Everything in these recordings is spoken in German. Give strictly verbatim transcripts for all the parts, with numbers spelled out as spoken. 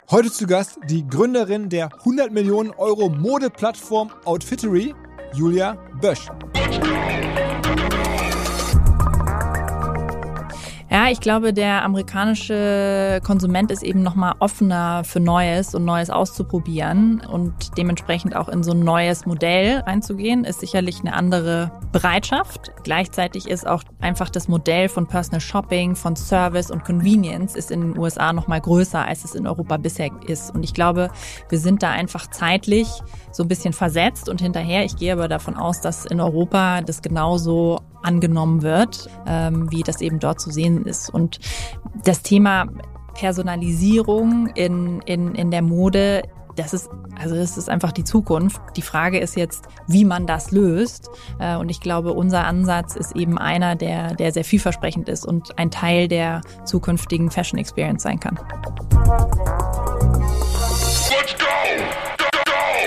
Heute zu Gast die Gründerin der hundert Millionen Euro Modeplattform Outfittery, Julia Bösch. Ja, ich glaube, der amerikanische Konsument ist eben nochmal offener für Neues und Neues auszuprobieren und dementsprechend auch in so ein neues Modell reinzugehen, ist sicherlich eine andere Bereitschaft. Gleichzeitig ist auch einfach das Modell von Personal Shopping, von Service und Convenience ist in den U S A nochmal größer, als es in Europa bisher ist. Und ich glaube, wir sind da einfach zeitlich so ein bisschen versetzt und hinterher. Ich gehe aber davon aus, dass in Europa das genauso angenommen wird, ähm, wie das eben dort zu sehen ist. Und das Thema Personalisierung in, in, in der Mode, das ist, also das ist einfach die Zukunft. Die Frage ist jetzt, wie man das löst. Äh, und ich glaube, unser Ansatz ist eben einer, der, der sehr vielversprechend ist und ein Teil der zukünftigen Fashion Experience sein kann. Let's go! Go,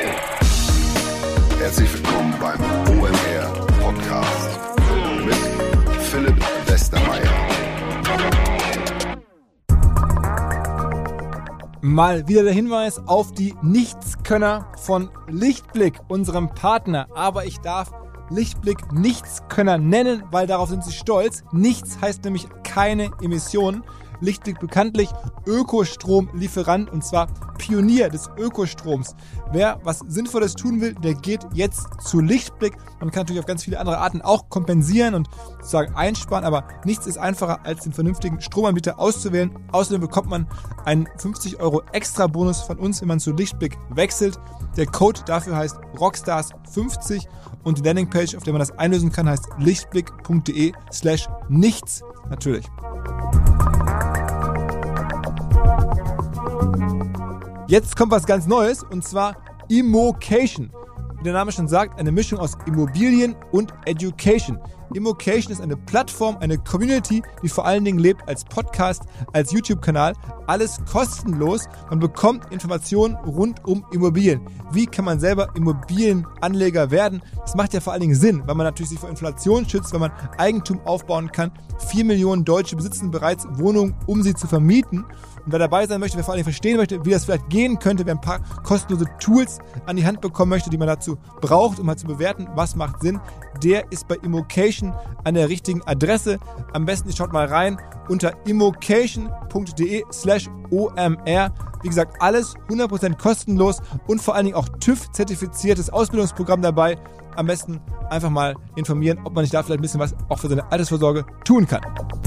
go! Herzlich willkommen beim O M R Podcast mit Philipp Westermeier. Mal wieder der Hinweis auf die Nichtskönner von Lichtblick, unserem Partner. Aber ich darf Lichtblick Nichtskönner nennen, weil darauf sind sie stolz. Nichts heißt nämlich keine Emissionen. Lichtblick bekanntlich Ökostromlieferant und zwar Pionier des Ökostroms. Wer was Sinnvolles tun will, der geht jetzt zu Lichtblick. Man kann natürlich auf ganz viele andere Arten auch kompensieren und sozusagen einsparen, aber nichts ist einfacher, als den vernünftigen Stromanbieter auszuwählen. Außerdem bekommt man einen fünfzig Euro extra Bonus von uns, wenn man zu Lichtblick wechselt. Der Code dafür heißt Rockstars fünfzig und die Landingpage, auf der man das einlösen kann, heißt lichtblick.de slash nichts natürlich. Jetzt kommt was ganz Neues und zwar Immocation. Wie der Name schon sagt, eine Mischung aus Immobilien und Education. Immocation ist eine Plattform, eine Community, die vor allen Dingen lebt als Podcast, als YouTube-Kanal. Alles kostenlos. Man bekommt Informationen rund um Immobilien. Wie kann man selber Immobilienanleger werden? Das macht ja vor allen Dingen Sinn, weil man natürlich sich vor Inflation schützt, weil man Eigentum aufbauen kann. Vier Millionen Deutsche besitzen bereits Wohnungen, um sie zu vermieten. Und wer dabei sein möchte, wer vor allem verstehen möchte, wie das vielleicht gehen könnte, wer ein paar kostenlose Tools an die Hand bekommen möchte, die man dazu braucht, um halt zu bewerten, was macht Sinn, der ist bei Immocation an der richtigen Adresse. Am besten, ihr schaut mal rein unter immocation.de slash omr. Wie gesagt, alles hundert Prozent kostenlos und vor allen Dingen auch TÜV-zertifiziertes Ausbildungsprogramm dabei. Am besten einfach mal informieren, ob man nicht da vielleicht ein bisschen was auch für seine Altersvorsorge tun kann.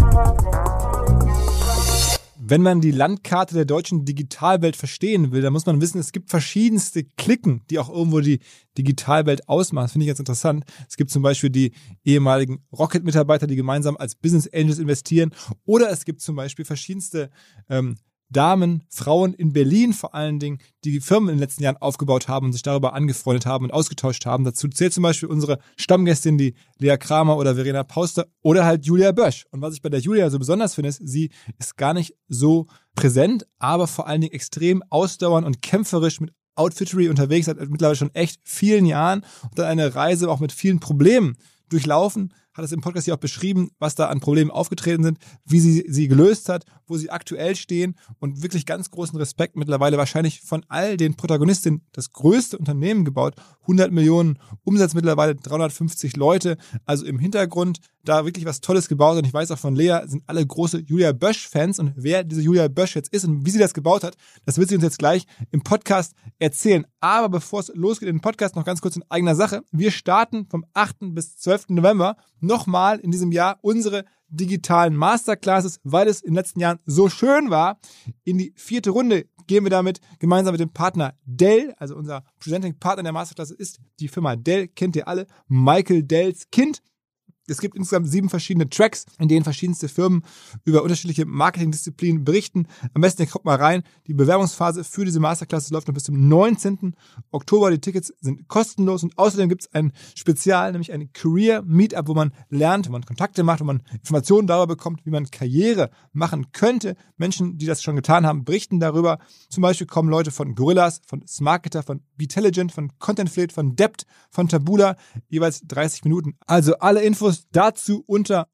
Wenn man die Landkarte der deutschen Digitalwelt verstehen will, dann muss man wissen, es gibt verschiedenste Klicken, die auch irgendwo die Digitalwelt ausmachen. Das finde ich ganz interessant. Es gibt zum Beispiel die ehemaligen Rocket-Mitarbeiter, die gemeinsam als Business Angels investieren. Oder es gibt zum Beispiel verschiedenste ähm, Damen, Frauen in Berlin vor allen Dingen, die Firmen in den letzten Jahren aufgebaut haben und sich darüber angefreundet haben und ausgetauscht haben. Dazu zählt zum Beispiel unsere Stammgästin, die Lea Kramer oder Verena Pauster oder halt Julia Bösch. Und was ich bei der Julia so besonders finde, ist, sie ist gar nicht so präsent, aber vor allen Dingen extrem ausdauernd und kämpferisch mit Outfittery unterwegs, seit mittlerweile schon echt vielen Jahren und dann eine Reise auch mit vielen Problemen durchlaufen, hat es im Podcast hier auch beschrieben, was da an Problemen aufgetreten sind, wie sie sie gelöst hat, wo sie aktuell stehen und wirklich ganz großen Respekt mittlerweile wahrscheinlich von all den Protagonistinnen das größte Unternehmen gebaut, hundert Millionen Umsatz mittlerweile, dreihundertfünfzig Leute, also im Hintergrund da wirklich was Tolles gebaut und ich weiß auch von Lea, sind alle große Julia Bösch-Fans und wer diese Julia Bösch jetzt ist und wie sie das gebaut hat, das wird sie uns jetzt gleich im Podcast erzählen. Aber bevor es losgeht in den Podcast, noch ganz kurz in eigener Sache. Wir starten vom achten bis zwölften November nochmal in diesem Jahr unsere digitalen Masterclasses, weil es in den letzten Jahren so schön war. In die vierte Runde gehen wir damit gemeinsam mit dem Partner Dell, also unser Presenting-Partner der Masterclass ist die Firma Dell, kennt ihr alle, Michael Dells Kind. Es gibt insgesamt sieben verschiedene Tracks, in denen verschiedenste Firmen über unterschiedliche Marketingdisziplinen berichten. Am besten, ihr kommt mal rein. Die Bewerbungsphase für diese Masterclass läuft noch bis zum neunzehnten Oktober. Die Tickets sind kostenlos und außerdem gibt es ein Spezial, nämlich ein Career Meetup, wo man lernt, wo man Kontakte macht, wo man Informationen darüber bekommt, wie man Karriere machen könnte. Menschen, die das schon getan haben, berichten darüber. Zum Beispiel kommen Leute von Gorillas, von Smarketer, von Betelligent, von Contentflate, von Debt, von Taboola, jeweils dreißig Minuten. Also alle Infos dazu unter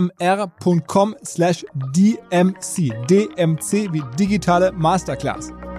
omr.com slash dmc. D M C wie digitale Masterclass.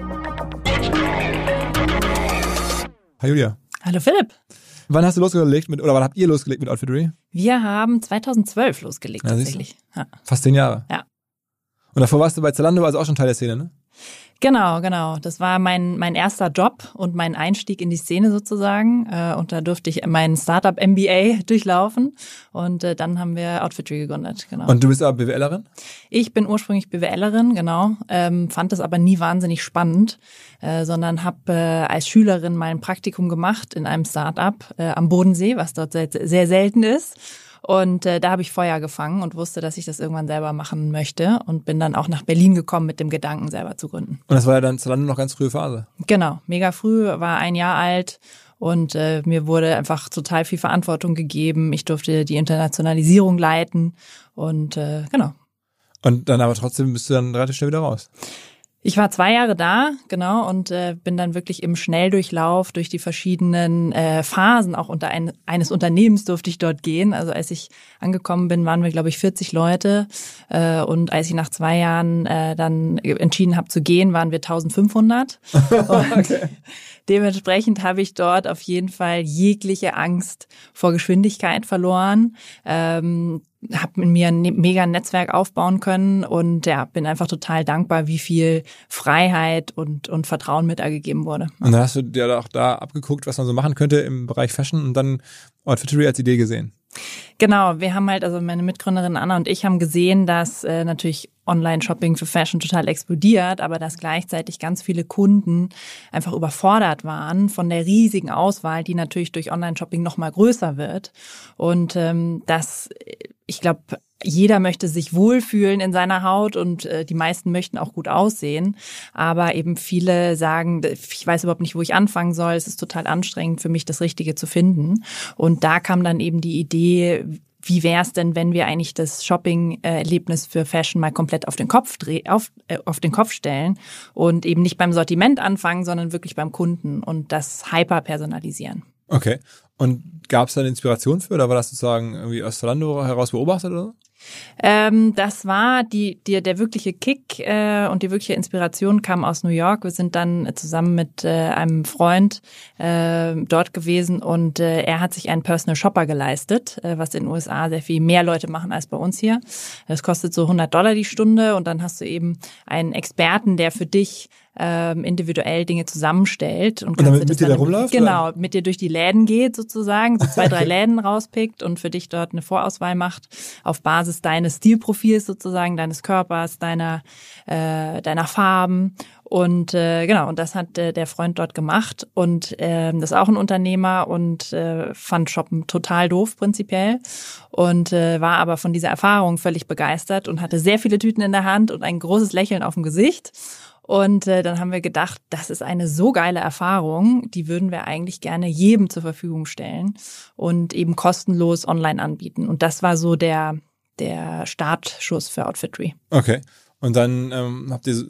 Hi Julia. Hallo Philipp. Wann hast du losgelegt mit, oder wann habt ihr losgelegt mit Outfittery? Wir haben zweitausendzwölf losgelegt ja, tatsächlich. Ja. Fast zehn Jahre. Ja. Und davor warst du bei Zalando, also auch schon Teil der Szene, ne? Genau, genau. Das war mein mein erster Job und mein Einstieg in die Szene sozusagen. Und da durfte ich meinen Startup-M B A durchlaufen. Und dann haben wir Outfittery gegründet, genau. Und du bist aber B W Lerin? Ich bin ursprünglich B W Lerin, genau. Ähm, fand es aber nie wahnsinnig spannend, äh, sondern habe äh, als Schülerin mal ein Praktikum gemacht in einem Startup äh, am Bodensee, was dort sehr, sehr selten ist. Und äh, da habe ich Feuer gefangen und wusste, dass ich das irgendwann selber machen möchte und bin dann auch nach Berlin gekommen mit dem Gedanken, selber zu gründen. Und das war ja dann Zalando noch ganz frühe Phase? Genau, mega früh, war ein Jahr alt und äh, mir wurde einfach total viel Verantwortung gegeben. Ich durfte die Internationalisierung leiten und äh, genau. Und dann aber trotzdem bist du dann relativ schnell wieder raus? Ich war zwei Jahre da, genau, und äh, bin dann wirklich im Schnelldurchlauf durch die verschiedenen äh, Phasen, auch unter ein, eines Unternehmens durfte ich dort gehen. Also als ich angekommen bin, waren wir, glaube ich, vierzig Leute. Äh, und als ich nach zwei Jahren äh, dann entschieden habe zu gehen, waren wir eintausendfünfhundert. Okay. Dementsprechend habe ich dort auf jeden Fall jegliche Angst vor Geschwindigkeit verloren. Ähm, habe in mir ein mega Netzwerk aufbauen können und ja, bin einfach total dankbar, wie viel Freiheit und und Vertrauen mit da gegeben wurde. Und dann hast du dir auch da abgeguckt, was man so machen könnte im Bereich Fashion und dann Outfittery als Idee gesehen. Genau, wir haben halt, also meine Mitgründerin Anna und ich haben gesehen, dass äh, natürlich Online-Shopping für Fashion total explodiert, aber dass gleichzeitig ganz viele Kunden einfach überfordert waren von der riesigen Auswahl, die natürlich durch Online-Shopping noch mal größer wird. Und ähm, das, ich glaube, jeder möchte sich wohlfühlen in seiner Haut und äh, die meisten möchten auch gut aussehen. Aber eben viele sagen, ich weiß überhaupt nicht, wo ich anfangen soll. Es ist total anstrengend für mich, das Richtige zu finden. Und da kam dann eben die Idee, wie wäre es denn, wenn wir eigentlich das Shopping-Erlebnis für Fashion mal komplett auf den Kopf dreh, auf, äh, auf den Kopf stellen und eben nicht beim Sortiment anfangen, sondern wirklich beim Kunden und das hyper personalisieren. Okay. Und gab es da eine Inspiration für oder war das sozusagen irgendwie aus Zalando heraus beobachtet oder so? Ähm, das war die, die der wirkliche Kick äh, und die wirkliche Inspiration kam aus New York. Wir sind dann zusammen mit äh, einem Freund äh, dort gewesen und äh, er hat sich einen Personal Shopper geleistet, äh, was in den U S A sehr viel mehr Leute machen als bei uns hier. Das kostet so hundert Dollar die Stunde und dann hast du eben einen Experten, der für dich ähm, individuell Dinge zusammenstellt. Und, und damit mit dir da rumläuft? Genau, mit dir durch die Läden geht sozusagen, so zwei, drei Läden rauspickt und für dich dort eine Vorauswahl macht auf Basis deines Stilprofils sozusagen, deines Körpers, deiner äh, deiner Farben. Und äh, genau, und das hat äh, der Freund dort gemacht und äh, das ist auch ein Unternehmer und äh, fand Shoppen total doof prinzipiell und äh, war aber von dieser Erfahrung völlig begeistert und hatte sehr viele Tüten in der Hand und ein großes Lächeln auf dem Gesicht. Und äh, dann haben wir gedacht, das ist eine so geile Erfahrung, die würden wir eigentlich gerne jedem zur Verfügung stellen und eben kostenlos online anbieten. Und das war so der der Startschuss für Outfittery. Okay. Und dann ähm, habt ihr,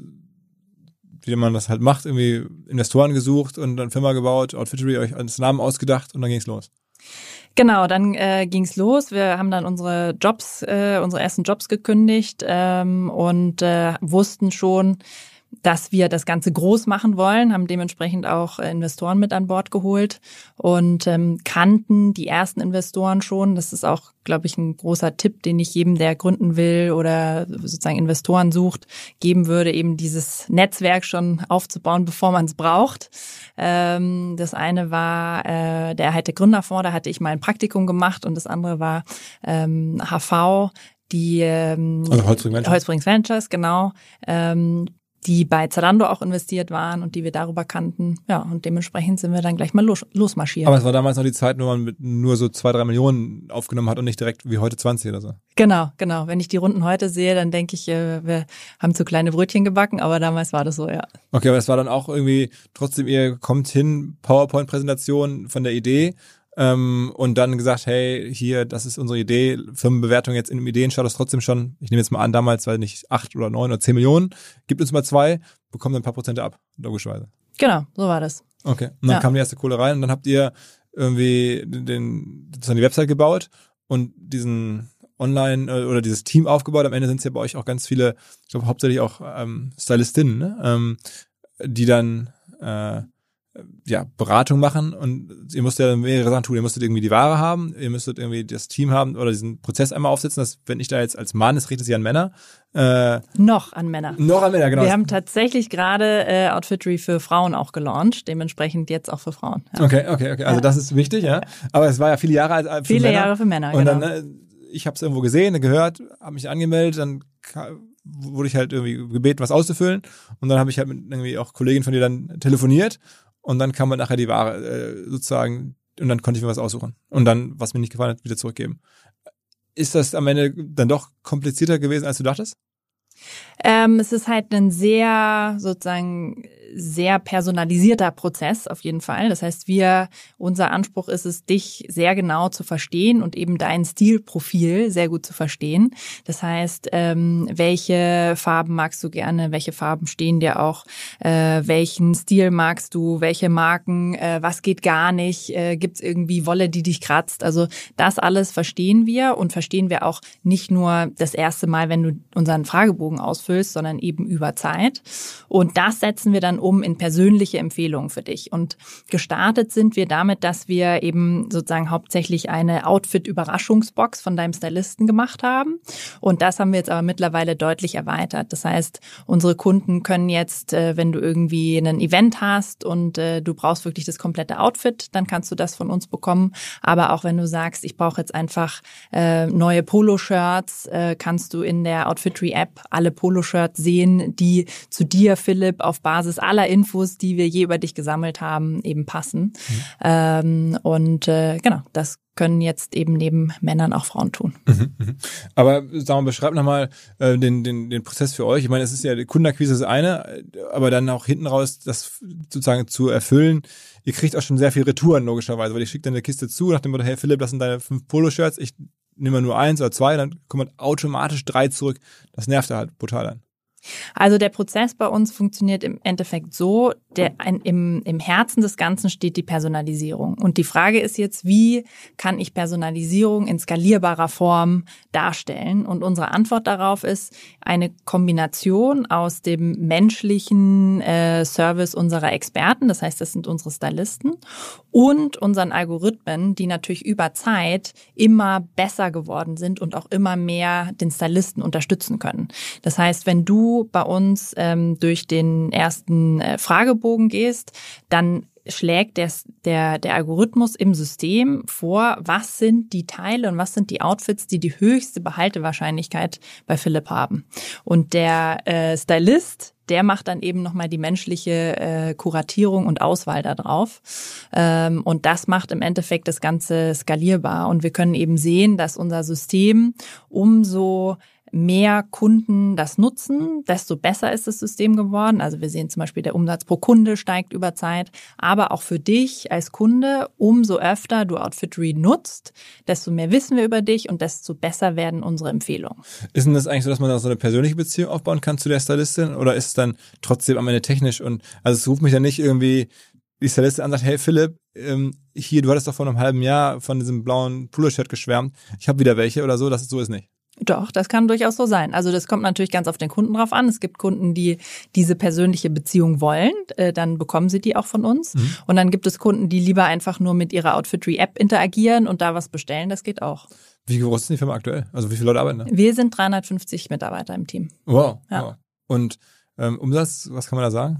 wie man das halt macht, irgendwie Investoren gesucht und dann Firma gebaut, Outfittery euch als Namen ausgedacht und dann ging's los. Genau, dann äh, ging's los. Wir haben dann unsere Jobs, äh, unsere ersten Jobs gekündigt ähm, und äh, wussten schon, dass wir das Ganze groß machen wollen, haben dementsprechend auch Investoren mit an Bord geholt und ähm, kannten die ersten Investoren schon. Das ist auch, glaube ich, ein großer Tipp, den ich jedem, der gründen will oder sozusagen Investoren sucht, geben würde, eben dieses Netzwerk schon aufzubauen, bevor man es braucht. Ähm, das eine war äh, der Hightech Gründerfonds, da hatte ich mal ein Praktikum gemacht und das andere war ähm, H V, die ähm, also Holzbring Ventures. Holzbring Ventures, genau. Ähm, die bei Zalando auch investiert waren und die wir darüber kannten. Ja, und dementsprechend sind wir dann gleich mal los, losmarschiert. Aber es war damals noch die Zeit, wo man mit nur so zwei, drei Millionen aufgenommen hat und nicht direkt wie heute zwanzig oder so. Genau, genau. Wenn ich die Runden heute sehe, dann denke ich, wir haben zu kleine Brötchen gebacken, aber damals war das so, ja. Okay, aber es war dann auch irgendwie, trotzdem, ihr kommt hin, PowerPoint-Präsentation von der Idee, Ähm, und dann gesagt, hey, hier, das ist unsere Idee, Firmenbewertung jetzt in dem Ideenstatus trotzdem schon, ich nehme jetzt mal an, damals, weil nicht acht oder neun oder zehn Millionen, gibt uns mal zwei, bekommen dann ein paar Prozente ab, logischerweise. Genau, so war das. Okay, und dann ja. kam die erste Kohle rein und dann habt ihr irgendwie den, sozusagen die Website gebaut und diesen Online äh, oder dieses Team aufgebaut. Am Ende sind es ja bei euch auch ganz viele, ich glaube hauptsächlich auch ähm, Stylistinnen, ne? ähm, die dann äh, ja, Beratung machen und ihr müsst ja mehrere Sachen tun. Ihr müsstet irgendwie die Ware haben, ihr müsstet irgendwie das Team haben oder diesen Prozess einmal aufsetzen, dass, wenn ich da jetzt als Mann, es richtet sich an Männer. Äh, noch an Männer. Noch an Männer, genau. Wir haben tatsächlich gerade äh, Outfittery für Frauen auch gelauncht, dementsprechend jetzt auch für Frauen. Ja. Okay, okay, okay. Also ja. Das ist wichtig, ja. Aber es war ja viele Jahre als für Viele Männer. Jahre für Männer, und genau. dann, äh, ich habe es irgendwo gesehen, gehört, habe mich angemeldet, dann wurde ich halt irgendwie gebeten, was auszufüllen und dann habe ich halt mit irgendwie auch Kolleginnen von dir dann telefoniert und dann kam halt nachher die Ware äh, sozusagen und dann konnte ich mir was aussuchen und dann, was mir nicht gefallen hat, wieder zurückgeben. Ist das am Ende dann doch komplizierter gewesen, als du dachtest? Ähm, es ist halt ein sehr, sozusagen, sehr personalisierter Prozess auf jeden Fall. Das heißt, wir, unser Anspruch ist es, dich sehr genau zu verstehen und eben dein Stilprofil sehr gut zu verstehen. Das heißt, ähm, welche Farben magst du gerne, welche Farben stehen dir auch, äh, welchen Stil magst du, welche Marken, äh, was geht gar nicht, äh, gibt's irgendwie Wolle, die dich kratzt. Also das alles verstehen wir und verstehen wir auch nicht nur das erste Mal, wenn du unseren Fragebogen ausfüllst, sondern eben über Zeit. Und das setzen wir dann um in persönliche Empfehlungen für dich. Und gestartet sind wir damit, dass wir eben sozusagen hauptsächlich eine Outfit-Überraschungsbox von deinem Stylisten gemacht haben. Und das haben wir jetzt aber mittlerweile deutlich erweitert. Das heißt, unsere Kunden können jetzt, wenn du irgendwie ein Event hast und du brauchst wirklich das komplette Outfit, dann kannst du das von uns bekommen. Aber auch wenn du sagst, ich brauche jetzt einfach neue Poloshirts, kannst du in der Outfittery-App alle Poloshirts sehen, die zu dir, Philipp, auf Basis aller Infos, die wir je über dich gesammelt haben, eben passen. Mhm. Ähm, und äh, genau, das können jetzt eben neben Männern auch Frauen tun. Mhm, mh. Aber sag mal, beschreib nochmal äh, den, den, den Prozess für euch. Ich meine, es ist ja, die Kundenakquise ist eine, aber dann auch hinten raus, das sozusagen zu erfüllen. Ihr kriegt auch schon sehr viel Retouren, logischerweise, weil ich schicke dann eine Kiste zu, nach dem Motto, hey Philipp, das sind deine fünf Poloshirts, ich nehme nur eins oder zwei, dann kommen automatisch drei zurück. Das nervt da halt brutal an. Also der Prozess bei uns funktioniert im Endeffekt so, der ein, im, im Herzen des Ganzen steht die Personalisierung. Und die Frage ist jetzt, wie kann ich Personalisierung in skalierbarer Form darstellen? Und unsere Antwort darauf ist eine Kombination aus dem menschlichen äh, Service unserer Experten, das heißt, das sind unsere Stylisten, und unseren Algorithmen, die natürlich über Zeit immer besser geworden sind und auch immer mehr den Stylisten unterstützen können. Das heißt, wenn du bei uns ähm, durch den ersten äh, Fragebogen gehst, dann schlägt der, der, der Algorithmus im System vor, was sind die Teile und was sind die Outfits, die die höchste Behaltewahrscheinlichkeit bei Philipp haben. Und der äh, Stylist, der macht dann eben nochmal die menschliche äh, Kuratierung und Auswahl da drauf. Ähm, und das macht im Endeffekt das Ganze skalierbar. Und wir können eben sehen, dass unser System umso mehr Kunden das nutzen, desto besser ist das System geworden. Also wir sehen zum Beispiel, der Umsatz pro Kunde steigt über Zeit. Aber auch für dich als Kunde, umso öfter du Outfittery nutzt, desto mehr wissen wir über dich und desto besser werden unsere Empfehlungen. Ist denn das eigentlich so, dass man da so eine persönliche Beziehung aufbauen kann zu der Stylistin? Oder ist es dann trotzdem am Ende technisch? Und also es ruft mich ja nicht irgendwie die Stylistin an und sagt, hey Philipp, ähm, hier, du hattest doch vor einem halben Jahr von diesem blauen Polo-Shirt geschwärmt. Ich habe wieder welche oder so. Das ist, so ist nicht. Doch, das kann durchaus so sein. Also das kommt natürlich ganz auf den Kunden drauf an. Es gibt Kunden, die diese persönliche Beziehung wollen, äh, dann bekommen sie die auch von uns. Mhm. Und dann gibt es Kunden, die lieber einfach nur mit ihrer Outfittery-App interagieren und da was bestellen. Das geht auch. Wie groß ist die Firma aktuell? Also wie viele Leute arbeiten da? Wir sind dreihundertfünfzig Mitarbeiter im Team. Wow. Ja. wow. Und ähm, Umsatz, was kann man da sagen?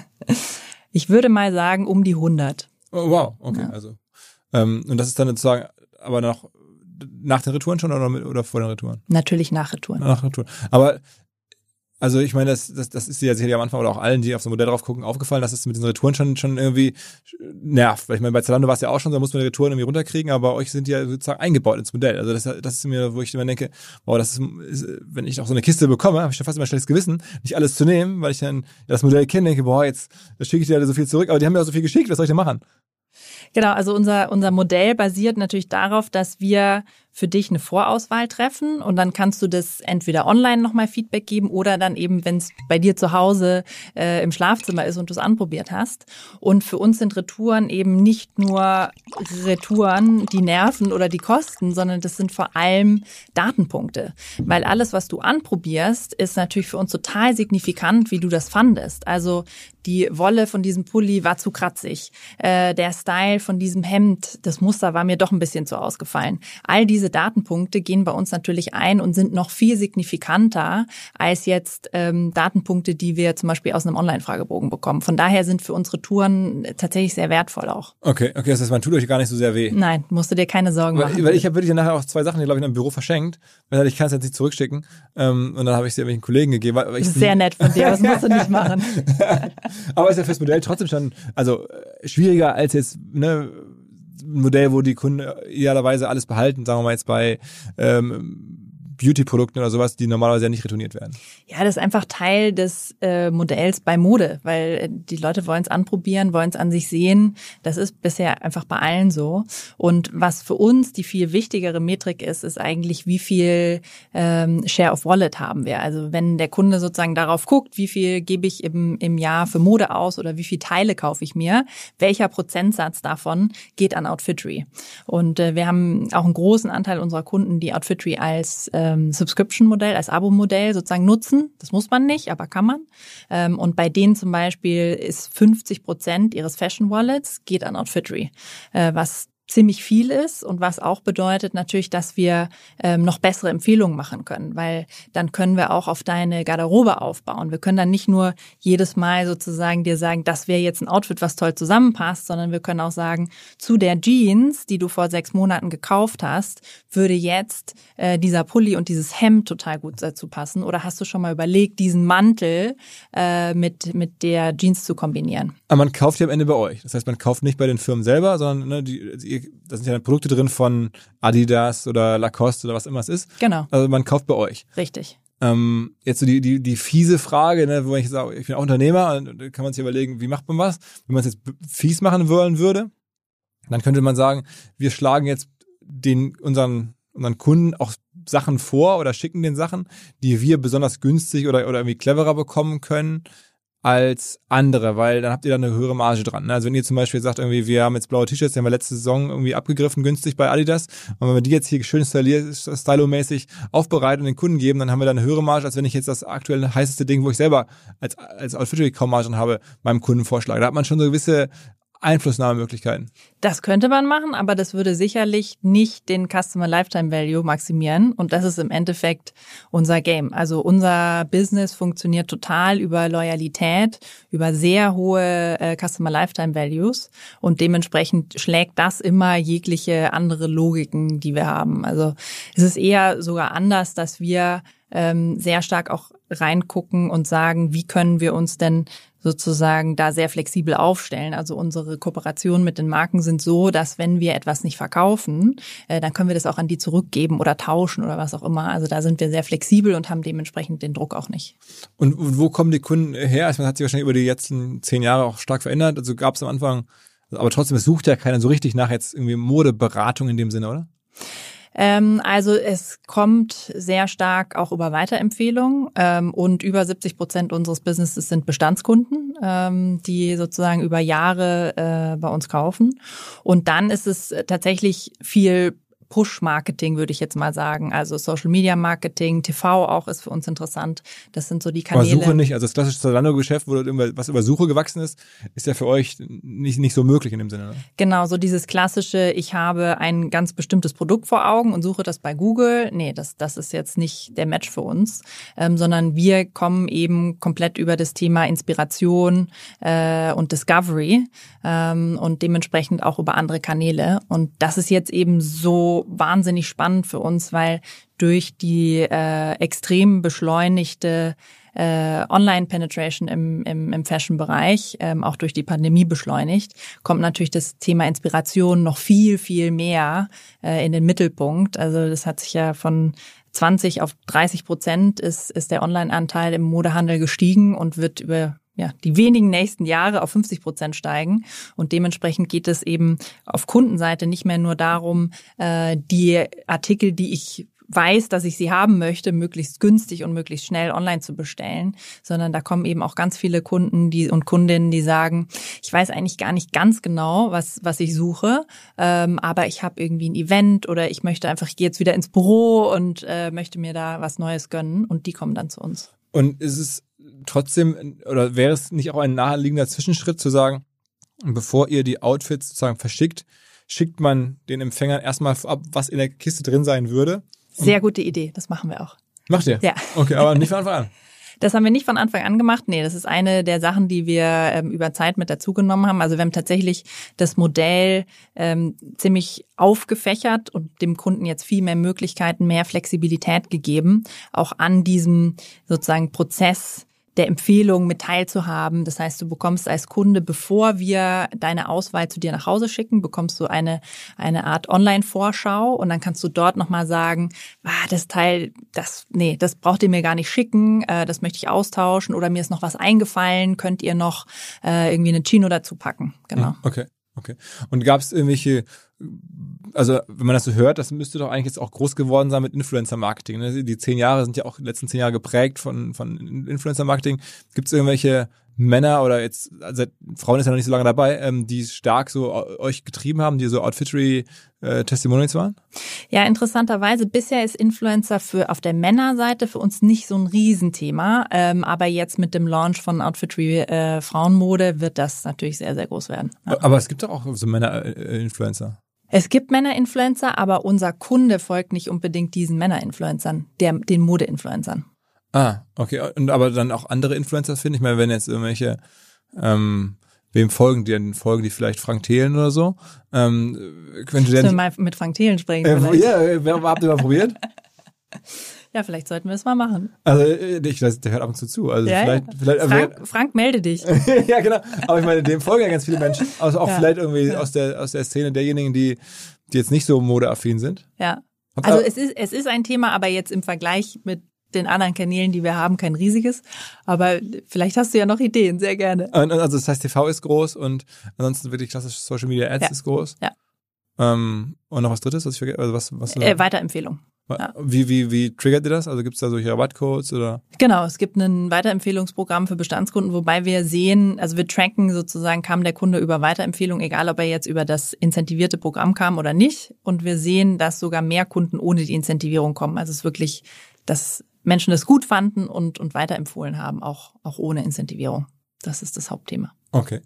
Ich würde mal sagen um die hundert. Oh, wow, okay. Ja. Also ähm, und das ist dann sozusagen aber noch nach den Retouren schon oder, mit, oder vor den Retouren? Natürlich nach Retouren. Nach Retouren. Aber also ich meine, das, das, das ist dir ja sicherlich am Anfang oder auch allen, die auf so ein Modell drauf gucken, aufgefallen, dass es mit den Retouren schon, schon irgendwie nervt. Weil ich meine, bei Zalando war es ja auch schon, da muss man die Retouren irgendwie runterkriegen, aber bei euch sind die ja sozusagen eingebaut ins Modell. Also das, das ist mir, wo ich immer denke, wow, das ist, ist wenn ich auch so eine Kiste bekomme, habe ich schon fast immer ein schlechtes Gewissen, nicht alles zu nehmen, weil ich dann das Modell kenne, denke, boah, jetzt schicke ich dir so viel zurück, aber die haben mir auch so viel geschickt, was soll ich denn machen? Genau, also unser unser Modell basiert natürlich darauf, dass wir für dich eine Vorauswahl treffen und dann kannst du das entweder online nochmal Feedback geben oder dann eben, wenn es bei dir zu Hause äh, im Schlafzimmer ist und du es anprobiert hast. Und für uns sind Retouren eben nicht nur Retouren, die nerven oder die kosten, sondern das sind vor allem Datenpunkte. Weil alles, was du anprobierst, ist natürlich für uns total signifikant, wie du das fandest. Also die Wolle von diesem Pulli war zu kratzig. Äh, der Style von diesem Hemd, das Muster war mir doch ein bisschen zu ausgefallen. All diese Datenpunkte gehen bei uns natürlich ein und sind noch viel signifikanter als jetzt ähm, Datenpunkte, die wir zum Beispiel aus einem Online-Fragebogen bekommen. Von daher sind für unsere Touren tatsächlich sehr wertvoll auch. Okay, okay, das heißt, man tut euch gar nicht so sehr weh. Nein, musst du dir keine Sorgen weil, machen. Weil ich habe wirklich nachher auch zwei Sachen, die glaube ich in einem Büro verschenkt, weil ich kann es jetzt nicht zurückschicken ähm, und dann habe ich sie irgendwelchen Kollegen gegeben. Weil, weil das ist sehr nett von dir, das musst du nicht machen. Aber ist ja fürs Modell trotzdem schon, also schwieriger als jetzt ne, ein Modell, wo die Kunden idealerweise alles behalten, sagen wir mal jetzt bei ähm, Beauty-Produkten oder sowas, die normalerweise ja nicht retourniert werden. Ja, das ist einfach Teil des äh, Modells bei Mode, weil äh, die Leute wollen es anprobieren, wollen es an sich sehen. Das ist bisher einfach bei allen so. Und was für uns die viel wichtigere Metrik ist, ist eigentlich, wie viel ähm, Share of Wallet haben wir. Also wenn der Kunde sozusagen darauf guckt, wie viel gebe ich im, im Jahr für Mode aus oder wie viel Teile kaufe ich mir, welcher Prozentsatz davon geht an Outfittery. Und äh, wir haben auch einen großen Anteil unserer Kunden, die Outfittery als äh, Subscription-Modell, als Abo-Modell sozusagen nutzen. Das muss man nicht, aber kann man. Und bei denen zum Beispiel ist fünfzig Prozent ihres Fashion-Wallets geht an Outfittery, was ziemlich viel ist und was auch bedeutet natürlich, dass wir ähm, noch bessere Empfehlungen machen können, weil dann können wir auch auf deine Garderobe aufbauen. Wir können dann nicht nur jedes Mal sozusagen dir sagen, das wäre jetzt ein Outfit, was toll zusammenpasst, sondern wir können auch sagen, zu der Jeans, die du vor sechs Monaten gekauft hast, würde jetzt äh, dieser Pulli und dieses Hemd total gut dazu passen. Oder hast du schon mal überlegt, diesen Mantel äh, mit mit der Jeans zu kombinieren? Aber man kauft ja am Ende bei euch. Das heißt, man kauft nicht bei den Firmen selber, sondern ne, die, die da sind ja Produkte drin von Adidas oder Lacoste oder was immer es ist. Genau. Also man kauft bei euch. Richtig. Ähm, jetzt so die, die, die fiese Frage, ne, wo ich sage, ich bin auch Unternehmer, und da kann man sich überlegen, wie macht man was? Wenn man es jetzt fies machen wollen würde, dann könnte man sagen, wir schlagen jetzt den, unseren, unseren Kunden auch Sachen vor oder schicken den Sachen, die wir besonders günstig oder, oder irgendwie cleverer bekommen können als andere, weil dann habt ihr da eine höhere Marge dran. Ne? Also wenn ihr zum Beispiel sagt, irgendwie, wir haben jetzt blaue T-Shirts, die haben wir letzte Saison irgendwie abgegriffen, günstig bei Adidas, und wenn wir die jetzt hier schön stylomäßig aufbereiten und den Kunden geben, dann haben wir da eine höhere Marge, als wenn ich jetzt das aktuell heißeste Ding, wo ich selber als, als Outfittery kaum Margen habe, meinem Kunden vorschlage. Da hat man schon so gewisse Einflussnahmemöglichkeiten. Das könnte man machen, aber das würde sicherlich nicht den Customer Lifetime Value maximieren, und das ist im Endeffekt unser Game. Also unser Business funktioniert total über Loyalität, über sehr hohe äh, Customer Lifetime Values, und dementsprechend schlägt das immer jegliche andere Logiken, die wir haben. Also es ist eher sogar anders, dass wir ähm, sehr stark auch reingucken und sagen, wie können wir uns denn sozusagen da sehr flexibel aufstellen. Also unsere Kooperationen mit den Marken sind so, dass wenn wir etwas nicht verkaufen, äh, dann können wir das auch an die zurückgeben oder tauschen oder was auch immer. Also da sind wir sehr flexibel und haben dementsprechend den Druck auch nicht. Und, und wo kommen die Kunden her? Also man hat sich wahrscheinlich über die letzten zehn Jahre auch stark verändert. Also gab es am Anfang, aber trotzdem, es sucht ja keiner so richtig nach jetzt irgendwie Modeberatung in dem Sinne, oder? Ähm, also es kommt sehr stark auch über Weiterempfehlungen, ähm, und über siebzig Prozent unseres Businesses sind Bestandskunden, ähm, die sozusagen über Jahre äh, bei uns kaufen. Und dann ist es tatsächlich viel Push-Marketing, würde ich jetzt mal sagen. Also Social-Media-Marketing, T V auch ist für uns interessant. Das sind so die Kanäle. Aber Suche nicht, also das klassische Zalando-Geschäft, wo was über Suche gewachsen ist, ist ja für euch nicht, nicht so möglich in dem Sinne. Ne? Genau, so dieses klassische, ich habe ein ganz bestimmtes Produkt vor Augen und suche das bei Google. Nee, das, das ist jetzt nicht der Match für uns, ähm, sondern wir kommen eben komplett über das Thema Inspiration äh, und Discovery ähm, und dementsprechend auch über andere Kanäle. Und das ist jetzt eben so wahnsinnig spannend für uns, weil durch die äh, extrem beschleunigte äh, Online-Penetration im, im, im Fashion-Bereich, ähm, auch durch die Pandemie beschleunigt, kommt natürlich das Thema Inspiration noch viel, viel mehr äh, in den Mittelpunkt. Also das hat sich ja von zwanzig auf dreißig Prozent ist, ist der Online-Anteil im Modehandel gestiegen und wird über ja, die wenigen nächsten Jahre auf fünfzig Prozent steigen. Und dementsprechend geht es eben auf Kundenseite nicht mehr nur darum, äh, die Artikel, die ich weiß, dass ich sie haben möchte, möglichst günstig und möglichst schnell online zu bestellen, sondern da kommen eben auch ganz viele Kunden die und Kundinnen, die sagen, ich weiß eigentlich gar nicht ganz genau, was was ich suche, ähm, aber ich habe irgendwie ein Event oder ich möchte einfach, ich gehe jetzt wieder ins Büro und äh, möchte mir da was Neues gönnen und die kommen dann zu uns. Und ist es trotzdem, oder wäre es nicht auch ein naheliegender Zwischenschritt zu sagen, bevor ihr die Outfits sozusagen verschickt, schickt man den Empfängern erstmal ab, was in der Kiste drin sein würde? Sehr gute Idee, das machen wir auch. Macht ihr? Ja. Okay, aber nicht von Anfang an. Das haben wir nicht von Anfang an gemacht. Nee, das ist eine der Sachen, die wir ähm, über Zeit mit dazugenommen haben. Also wir haben tatsächlich das Modell ähm, ziemlich aufgefächert und dem Kunden jetzt viel mehr Möglichkeiten, mehr Flexibilität gegeben, auch an diesem sozusagen Prozess der Empfehlung mit teilzuhaben. Das heißt, du bekommst als Kunde, bevor wir deine Auswahl zu dir nach Hause schicken, bekommst du eine eine Art Online-Vorschau und dann kannst du dort nochmal sagen, ah, das Teil, das nee, das braucht ihr mir gar nicht schicken, äh, das möchte ich austauschen oder mir ist noch was eingefallen, könnt ihr noch äh, irgendwie eine Chino dazu packen. Genau. Okay, okay. Und gab es irgendwelche, also wenn man das so hört, das müsste doch eigentlich jetzt auch groß geworden sein mit Influencer-Marketing. Ne? Die zehn Jahre sind ja auch die letzten zehn Jahre geprägt von von Influencer-Marketing. Gibt es irgendwelche Männer oder jetzt, also Frauen ist ja noch nicht so lange dabei, ähm, die stark so euch getrieben haben, die so Outfittery-Testimonials waren? Ja, interessanterweise, bisher ist Influencer für auf der Männerseite für uns nicht so ein Riesenthema, ähm, aber jetzt mit dem Launch von Outfittery äh, Frauenmode wird das natürlich sehr, sehr groß werden. Ja. Aber es gibt doch auch so Männer-Influencer. Es gibt Männer-Influencer, aber unser Kunde folgt nicht unbedingt diesen Männer-Influencern, der, den Mode-Influencern. Ah, okay. Und aber dann auch andere Influencer finden? Ich meine, wenn jetzt irgendwelche, ähm, wem folgen die denn? Folgen die vielleicht Frank Thelen oder so? Ähm, könnte der Müssen wir mal mit Frank Thelen sprechen äh, vielleicht. Ja, wer, habt ihr mal probiert? Ja, vielleicht sollten wir es mal machen. Also ich, der hört ab und zu zu. Also ja, vielleicht, ja. vielleicht Frank, also, Frank, melde dich. Ja, genau. Aber ich meine, dem folgen ja ganz viele Menschen. Also auch ja. vielleicht irgendwie aus der aus der Szene derjenigen, die die jetzt nicht so modeaffin sind. Ja. Habt Also ihr, es ist es ist ein Thema, aber jetzt im Vergleich mit den anderen Kanälen, die wir haben, kein riesiges. Aber vielleicht hast du ja noch Ideen, sehr gerne. Also das heißt, T V ist groß und ansonsten wirklich klassisch Social Media Ads ja. ist groß. Ja. Ähm, und noch was Drittes, was ich vergesse? Also was, was äh, Weiterempfehlung. Ja. Wie, wie, wie triggert ihr das? Also gibt es da solche Rabattcodes oder? Genau, es gibt ein Weiterempfehlungsprogramm für Bestandskunden, wobei wir sehen, also wir tracken sozusagen, kam der Kunde über Weiterempfehlung, egal ob er jetzt über das incentivierte Programm kam oder nicht. Und wir sehen, dass sogar mehr Kunden ohne die Incentivierung kommen. Also es ist wirklich, dass Menschen das gut fanden und, und weiterempfohlen haben, auch, auch ohne Incentivierung. Das ist das Hauptthema. Okay.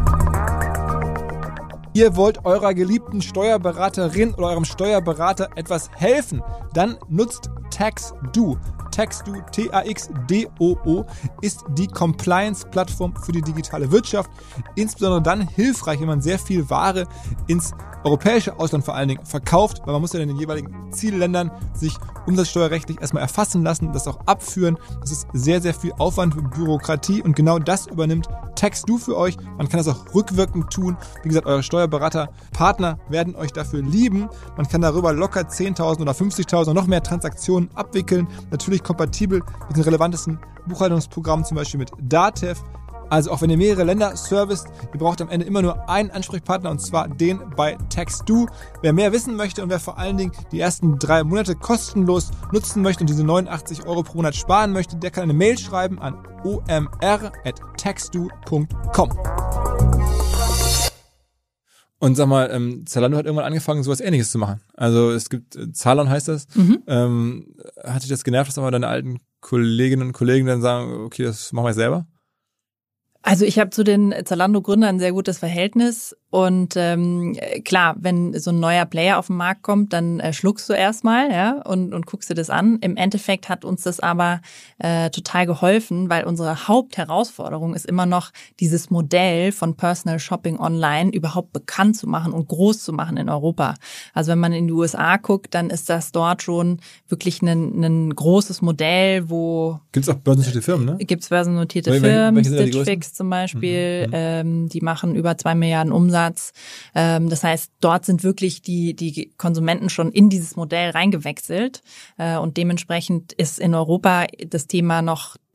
Ihr wollt eurer geliebten Steuerberaterin oder eurem Steuerberater etwas helfen, dann nutzt TaxDo. TaxDo, T A X D O O, ist die Compliance-Plattform für die digitale Wirtschaft. Insbesondere dann hilfreich, wenn man sehr viel Ware ins europäische Ausland vor allen Dingen verkauft, weil man muss ja in den jeweiligen Zielländern sich umsatzsteuerrechtlich erstmal erfassen lassen, das auch abführen. Das ist sehr, sehr viel Aufwand für Bürokratie und genau das übernimmt TaxDo für euch. Man kann das auch rückwirkend tun. Wie gesagt, eure Steuerberaterpartner werden euch dafür lieben. Man kann darüber locker zehntausend oder fünfzigtausend oder noch mehr Transaktionen abwickeln. Natürlich kompatibel mit den relevantesten Buchhaltungsprogrammen, zum Beispiel mit Datev. Also auch wenn ihr mehrere Länder serviced, ihr braucht am Ende immer nur einen Ansprechpartner und zwar den bei TaxDo. Wer mehr wissen möchte und wer vor allen Dingen die ersten drei Monate kostenlos nutzen möchte und diese neunundachtzig Euro pro Monat sparen möchte, der kann eine Mail schreiben an o m r at taxdo punkt com. Und sag mal, ähm, Zalando hat irgendwann angefangen, sowas Ähnliches zu machen. Also es gibt, äh, Zalon heißt das. Mhm. Ähm, hat dich das genervt, dass aber deine alten Kolleginnen und Kollegen dann sagen, okay, das machen wir selber? Also ich habe zu den Zalando-Gründern ein sehr gutes Verhältnis und ähm, klar, wenn so ein neuer Player auf den Markt kommt, dann äh, schluckst du erstmal, ja, und und guckst dir das an. Im Endeffekt hat uns das aber äh, total geholfen, weil unsere Hauptherausforderung ist immer noch, dieses Modell von Personal Shopping online überhaupt bekannt zu machen und groß zu machen in Europa. Also wenn man in die U S A guckt, dann ist das dort schon wirklich ein, ein großes Modell, wo gibt's auch börsennotierte Firmen, ne? Gibt's börsennotierte Welche, Firmen, welche sind Stitch Fix zum Beispiel, mhm. ähm, die machen über zwei Milliarden Umsatz. Ähm, das heißt, dort sind wirklich die die Konsumenten schon in dieses Modell reingewechselt äh, und dementsprechend ist in Europa das Thema noch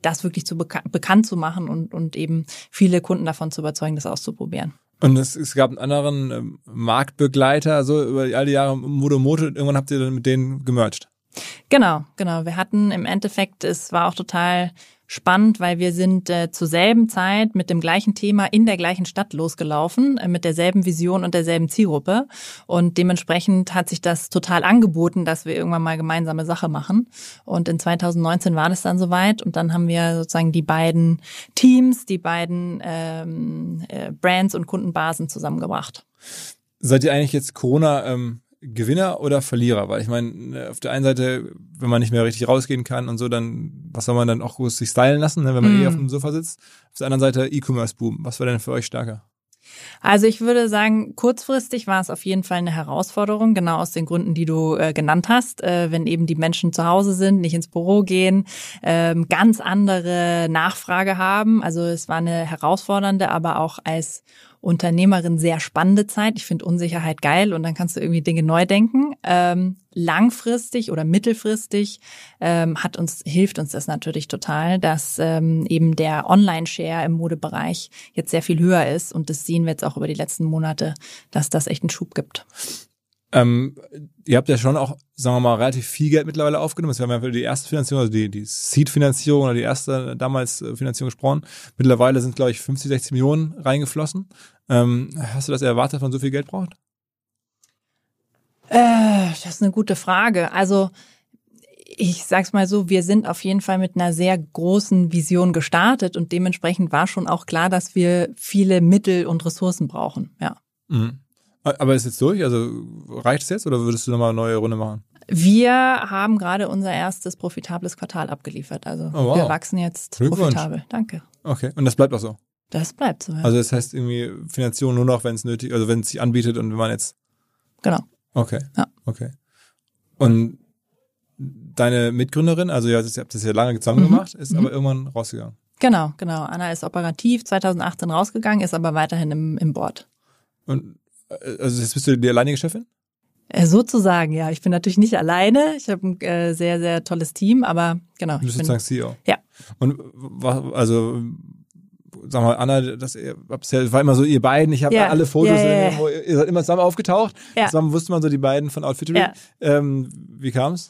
das wirklich zu beka- bekannt zu machen und, und eben viele Kunden davon zu überzeugen, das auszuprobieren. Und es, es gab einen anderen ähm, Marktbegleiter, so über all die Jahre Modomoto, irgendwann habt ihr dann mit denen gemerged. Genau, genau. Wir hatten im Endeffekt, es war auch total spannend, weil wir sind äh, zur selben Zeit mit dem gleichen Thema in der gleichen Stadt losgelaufen, äh, mit derselben Vision und derselben Zielgruppe. Und dementsprechend hat sich das total angeboten, dass wir irgendwann mal gemeinsame Sache machen. Und in zwanzig neunzehn war das dann soweit. Und dann haben wir sozusagen die beiden Teams, die beiden ähm, äh, Brands und Kundenbasen zusammengebracht. Seid ihr eigentlich jetzt Corona ähm, Gewinner oder Verlierer? Weil ich meine, auf der einen Seite, wenn man nicht mehr richtig rausgehen kann und so, dann, was soll man dann auch groß sich stylen lassen, ne, wenn man mm. eh auf dem Sofa sitzt? Auf der anderen Seite E-Commerce-Boom. Was war denn für euch stärker? Also ich würde sagen, kurzfristig war es auf jeden Fall eine Herausforderung, genau aus den Gründen, die du äh, genannt hast. Äh, wenn eben die Menschen zu Hause sind, nicht ins Büro gehen, ähm, ganz andere Nachfrage haben. Also es war eine herausfordernde, aber auch als Unternehmerin sehr spannende Zeit. Ich finde Unsicherheit geil und dann kannst du irgendwie Dinge neu denken. Ähm, langfristig oder mittelfristig ähm, hat uns hilft uns das natürlich total, dass ähm, eben der Online-Share im Modebereich jetzt sehr viel höher ist und das sehen wir jetzt auch über die letzten Monate, dass das echt einen Schub gibt. Ähm, ihr habt ja schon auch, sagen wir mal, relativ viel Geld mittlerweile aufgenommen. Wir haben ja für die erste Finanzierung, also die, die Seed-Finanzierung oder die erste damals Finanzierung gesprochen. Mittlerweile sind, glaube ich, fünfzig, sechzig Millionen reingeflossen. Ähm, hast du das erwartet, dass man so viel Geld braucht? Äh, das ist eine gute Frage. Also ich sag's mal so, wir sind auf jeden Fall mit einer sehr großen Vision gestartet und dementsprechend war schon auch klar, dass wir viele Mittel und Ressourcen brauchen. Ja. Mhm. Aber ist jetzt durch? Also reicht es jetzt oder würdest du nochmal eine neue Runde machen? Wir haben gerade unser erstes profitables Quartal abgeliefert. Also oh, wow. Wir wachsen jetzt profitabel. Danke. Okay, und das bleibt auch so? Das bleibt so, ja. Also das heißt irgendwie Finanzierung nur noch, wenn es nötig, also wenn es sich anbietet und wenn man jetzt... Genau. Okay, ja. okay. Und deine Mitgründerin, also ihr habt das ja lange zusammen mhm. gemacht, ist mhm. aber irgendwann rausgegangen? Genau, genau. Anna ist operativ zwanzig achtzehn rausgegangen, ist aber weiterhin im, im Board. Und also jetzt bist du die alleinige Chefin? Äh, sozusagen, ja. Ich bin natürlich nicht alleine. Ich habe ein äh, sehr, sehr tolles Team, aber genau. Du bist ich sozusagen C E O? Ja. Und also, sag mal, Anna, das war immer so ihr beiden. Ich habe ja. alle Fotos, ja, ja, ja. Wo ihr seid immer zusammen aufgetaucht. Ja. Zusammen wusste man so die beiden von Outfittery. Ja. Ähm, wie kam's?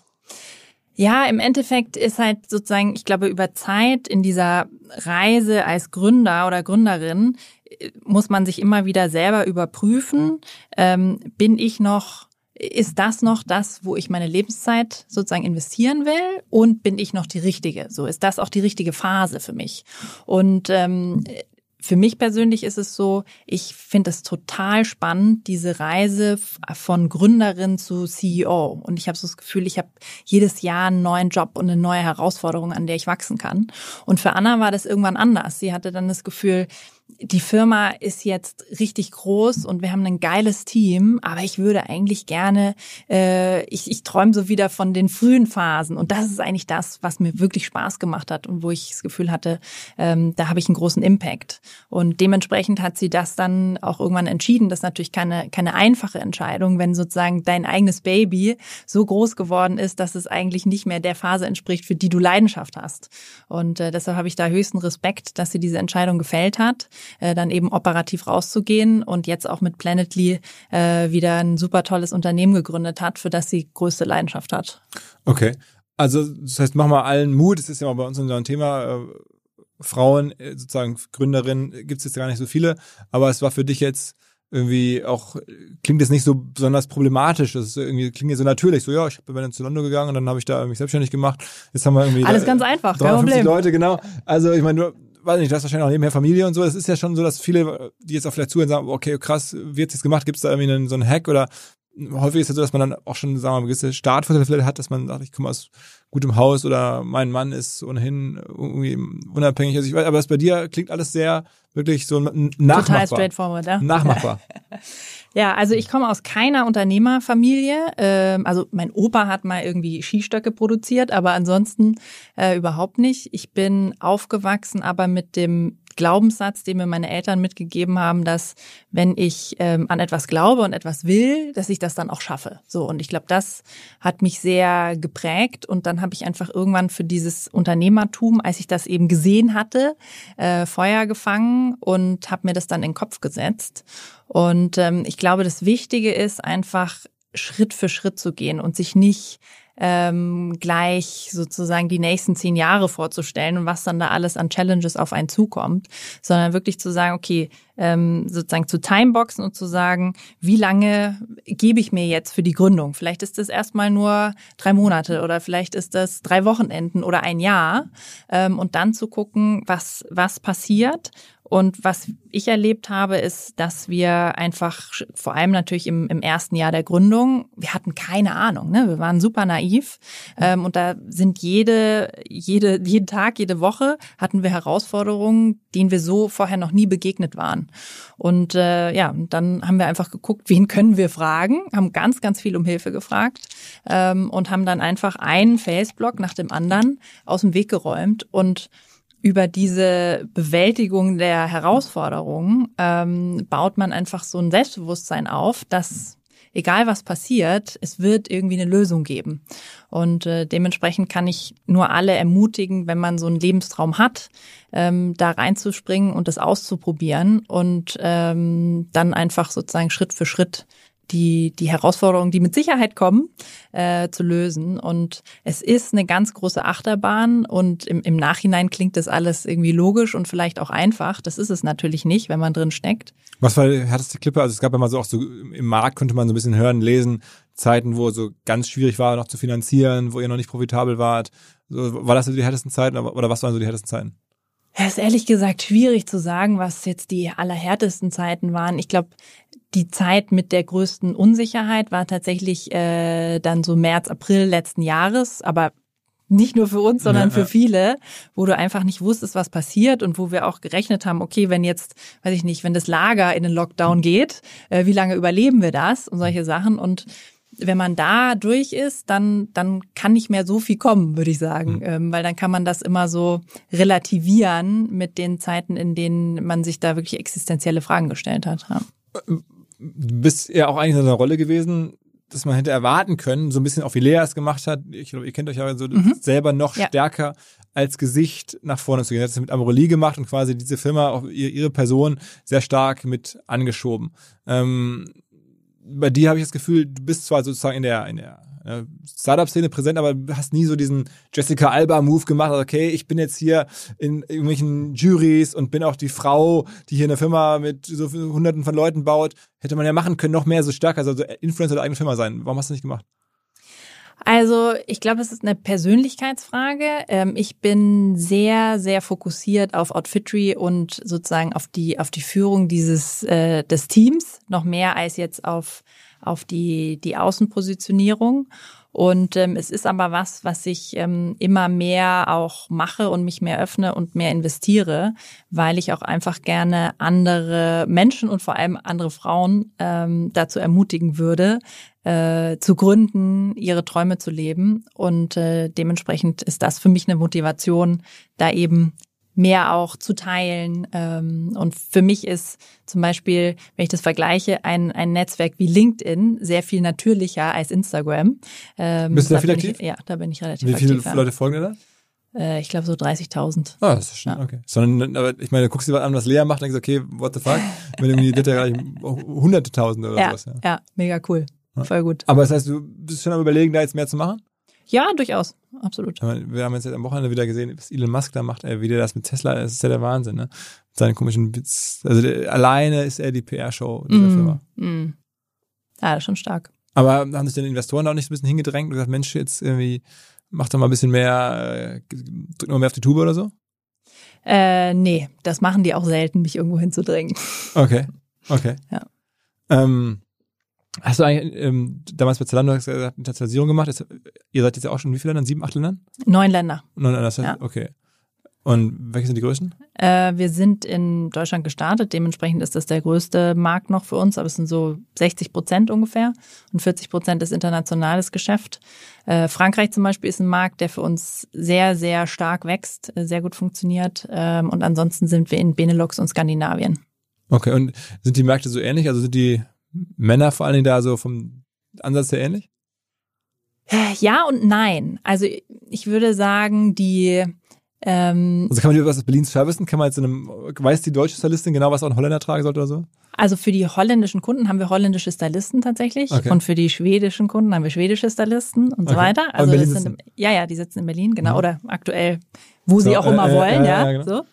Ja, im Endeffekt ist halt sozusagen, ich glaube, über Zeit in dieser Reise als Gründer oder Gründerin muss man sich immer wieder selber überprüfen, ähm, bin ich noch, ist das noch das, wo ich meine Lebenszeit sozusagen investieren will und bin ich noch die Richtige? So, ist das auch die richtige Phase für mich? Und ähm, für mich persönlich ist es so, ich finde es total spannend, diese Reise von Gründerin zu C E O. Und ich habe so das Gefühl, ich habe jedes Jahr einen neuen Job und eine neue Herausforderung, an der ich wachsen kann. Und für Anna war das irgendwann anders. Sie hatte dann das Gefühl, die Firma ist jetzt richtig groß und wir haben ein geiles Team, aber ich würde eigentlich gerne, äh, ich, ich träume so wieder von den frühen Phasen und das ist eigentlich das, was mir wirklich Spaß gemacht hat und wo ich das Gefühl hatte, ähm, da habe ich einen großen Impact. Und dementsprechend hat sie das dann auch irgendwann entschieden. Das ist natürlich keine, keine einfache Entscheidung, wenn sozusagen dein eigenes Baby so groß geworden ist, dass es eigentlich nicht mehr der Phase entspricht, für die du Leidenschaft hast. Und äh, deshalb habe ich da höchsten Respekt, dass sie diese Entscheidung gefällt hat, äh, dann eben operativ rauszugehen und jetzt auch mit Planetly äh, wieder ein super tolles Unternehmen gegründet hat, für das sie größte Leidenschaft hat. Okay, also das heißt, mach mal allen Mut, das ist ja mal bei uns unser Thema, äh, Frauen, sozusagen Gründerinnen, gibt es jetzt gar nicht so viele, aber es war für dich jetzt irgendwie auch, klingt jetzt nicht so besonders problematisch, das ist irgendwie, klingt jetzt so natürlich, so ja, ich bin dann zu London gegangen und dann habe ich da mich selbstständig gemacht, jetzt haben wir irgendwie... Alles da, ganz einfach, kein dreihundertfünfzig Problem. Leute, genau, also ich meine, du weiß nicht, du hast wahrscheinlich auch nebenher Familie und so, es ist ja schon so, dass viele, die jetzt auch vielleicht zuhören, sagen, okay, krass, wie hat es jetzt gemacht, gibt es da irgendwie einen, so einen Hack oder häufig ist es so, dass man dann auch schon, sagen wir mal, gewisse Startvorteile hat, dass man sagt, ich komme aus gutem Haus oder mein Mann ist ohnehin irgendwie unabhängig. Also ich weiß, aber das bei dir klingt alles sehr wirklich so nachmachbar. Total straightforward, ja. Nachmachbar. Ja, also ich komme aus keiner Unternehmerfamilie. Ähm, also mein Opa hat mal irgendwie Skistöcke produziert, aber ansonsten äh, überhaupt nicht. Ich bin aufgewachsen, aber mit dem Glaubenssatz, den mir meine Eltern mitgegeben haben, dass wenn ich ähm, an etwas glaube und etwas will, dass ich das dann auch schaffe. So, und ich glaube, das hat mich sehr geprägt. Und dann habe ich einfach irgendwann für dieses Unternehmertum, als ich das eben gesehen hatte, äh, Feuer gefangen und habe mir das dann in den Kopf gesetzt. Und ähm, ich glaube, das Wichtige ist einfach, Schritt für Schritt zu gehen und sich nicht ähm, gleich sozusagen die nächsten zehn Jahre vorzustellen und was dann da alles an Challenges auf einen zukommt, sondern wirklich zu sagen, okay, ähm, sozusagen zu timeboxen und zu sagen, wie lange gebe ich mir jetzt für die Gründung? Vielleicht ist das erstmal nur drei Monate oder vielleicht ist das drei Wochenenden oder ein Jahr, ähm, und dann zu gucken, was was passiert. Und was ich erlebt habe, ist, dass wir einfach, vor allem natürlich im, im ersten Jahr der Gründung, wir hatten keine Ahnung, ne? Wir waren super naiv, ähm, und da sind jede, jede, jeden Tag, jede Woche hatten wir Herausforderungen, denen wir so vorher noch nie begegnet waren. Und äh, ja, dann haben wir einfach geguckt, wen können wir fragen, haben ganz, ganz viel um Hilfe gefragt, ähm, und haben dann einfach einen Fails-Blog nach dem anderen aus dem Weg geräumt und über diese Bewältigung der Herausforderungen ähm, baut man einfach so ein Selbstbewusstsein auf, dass egal was passiert, es wird irgendwie eine Lösung geben. Und äh, dementsprechend kann ich nur alle ermutigen, wenn man so einen Lebenstraum hat, ähm, da reinzuspringen und das auszuprobieren und ähm, dann einfach sozusagen Schritt für Schritt die die Herausforderungen, die mit Sicherheit kommen, äh, zu lösen. Und es ist eine ganz große Achterbahn und im, im Nachhinein klingt das alles irgendwie logisch und vielleicht auch einfach. Das ist es natürlich nicht, wenn man drin steckt. Was war die härteste Klippe? Also es gab ja mal so auch so im Markt, konnte man so ein bisschen hören, lesen, Zeiten, wo es so ganz schwierig war, noch zu finanzieren, wo ihr noch nicht profitabel wart. So, war das so die härtesten Zeiten oder was waren so die härtesten Zeiten? Es ist ehrlich gesagt schwierig zu sagen, was jetzt die allerhärtesten Zeiten waren. Ich glaube, die Zeit mit der größten Unsicherheit war tatsächlich äh, dann so März, April letzten Jahres, aber nicht nur für uns, sondern ja, ja. für viele, wo du einfach nicht wusstest, was passiert und wo wir auch gerechnet haben, okay, wenn jetzt, weiß ich nicht, wenn das Lager in den Lockdown geht, äh, wie lange überleben wir das und solche Sachen. Und wenn man da durch ist, dann dann kann nicht mehr so viel kommen, würde ich sagen, mhm. ähm, weil dann kann man das immer so relativieren mit den Zeiten, in denen man sich da wirklich existenzielle Fragen gestellt hat. Ja. Du bist ja auch eigentlich in einer Rolle gewesen, dass man hätte erwarten können, so ein bisschen auch wie Lea es gemacht hat. Ich glaube, ihr kennt euch ja so mhm. selber noch ja. stärker als Gesicht nach vorne zu gehen. Ihr habt es mit Amorelie gemacht und quasi diese Firma, auch ihre Person sehr stark mit angeschoben. Ähm, bei dir habe ich das Gefühl, du bist zwar sozusagen in der, in der äh, Startup-Szene präsent, aber du hast nie so diesen Jessica Alba-Move gemacht. Also okay, ich bin jetzt hier in irgendwelchen Juries und bin auch die Frau, die hier eine Firma mit so hunderten von Leuten baut. Hätte man ja machen können, noch mehr so stark, also Influencer der eigenen Firma sein. Warum hast du nicht gemacht? Also ich glaube, es ist eine Persönlichkeitsfrage. Ich bin sehr, sehr fokussiert auf Outfittery und sozusagen auf die auf die Führung dieses äh, des Teams, noch mehr als jetzt auf auf die die Außenpositionierung. Und ähm, es ist aber was, was ich ähm, immer mehr auch mache und mich mehr öffne und mehr investiere, weil ich auch einfach gerne andere Menschen und vor allem andere Frauen ähm, dazu ermutigen würde, äh, zu gründen, ihre Träume zu leben. Und äh, dementsprechend ist das für mich eine Motivation, da eben mehr auch zu teilen. Und für mich ist zum Beispiel, wenn ich das vergleiche, ein ein Netzwerk wie LinkedIn sehr viel natürlicher als Instagram. Bist du da viel aktiv? Ich, ja, da bin ich relativ aktiv. Wie viele aktiv, Leute folgen dir da? Ich glaube so dreißigtausend. Ah, das ist schon, ja. okay. Sondern, aber ich meine, du guckst dir was an, was Lea macht, und denkst, okay, what the fuck? Wenn irgendwie, das ja gleich hunderte Tausende oder ja, sowas. Ja. ja, mega cool. Ja. Voll gut. Aber das heißt, du bist schon am Überlegen, da jetzt mehr zu machen? Ja, durchaus. Absolut. Wir haben jetzt am Wochenende wieder gesehen, was Elon Musk da macht, ey, wie der das mit Tesla, das ist ja der Wahnsinn, ne? Mit seinen komischen Witz. Also der, alleine ist er die P R-Show dieser mm, Firma. Mm. Ja, das ist schon stark. Aber haben sich denn Investoren auch nicht so ein bisschen hingedrängt und gesagt, Mensch, jetzt irgendwie mach doch mal ein bisschen mehr, drück mal mehr auf die Tube oder so? Äh, nee, das machen die auch selten, mich irgendwo hinzudrängen. Okay, okay. Ja. Ähm, Hast du eigentlich ähm, damals bei Zalando eine Internationalisierung gemacht? Jetzt, ihr seid jetzt ja auch schon in wie vielen Ländern? Sieben, acht Ländern? Neun Länder. Neun Länder, das heißt, ja. okay. Und welche sind die größten? Äh, wir sind in Deutschland gestartet, dementsprechend ist das der größte Markt noch für uns, aber es sind so sechzig Prozent ungefähr und vierzig Prozent ist internationales Geschäft. Äh, Frankreich zum Beispiel ist ein Markt, der für uns sehr, sehr stark wächst, sehr gut funktioniert ähm, und ansonsten sind wir in Benelux und Skandinavien. Okay, und sind die Märkte so ähnlich? Also sind die Männer vor allen Dingen da so vom Ansatz her ähnlich? Ja und nein. Also ich würde sagen, die ähm, Also kann man die was aus Berlin servicen? Kann man jetzt in einem, weiß die deutsche Stylistin genau, was auch ein Holländer tragen sollte oder so? Also für die holländischen Kunden haben wir holländische Stylisten tatsächlich okay. und für die schwedischen Kunden haben wir schwedische Stylisten und so okay. weiter. Also das sind, sitzen. ja, ja, die sitzen in Berlin, genau, mhm. oder aktuell, wo so, sie auch äh, immer äh, wollen, äh, ja, ja genau. so.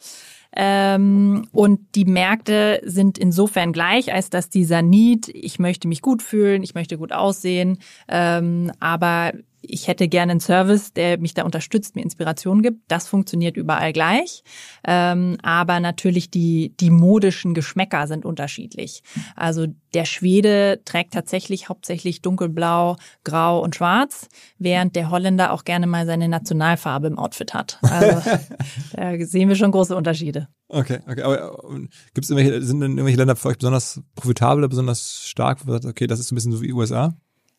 Ähm, und die Märkte sind insofern gleich, als dass dieser Need, ich möchte mich gut fühlen, ich möchte gut aussehen, ähm, aber ich hätte gerne einen Service, der mich da unterstützt, mir Inspiration gibt. Das funktioniert überall gleich. Ähm, aber natürlich die, die modischen Geschmäcker sind unterschiedlich. Also der Schwede trägt tatsächlich hauptsächlich dunkelblau, grau und schwarz, während der Holländer auch gerne mal seine Nationalfarbe im Outfit hat. Also da sehen wir schon große Unterschiede. Okay, okay. Aber gibt's irgendwelche, sind denn irgendwelche Länder für euch besonders profitabel, besonders stark, wo ihr sagt, okay, das ist so ein bisschen so wie U S A?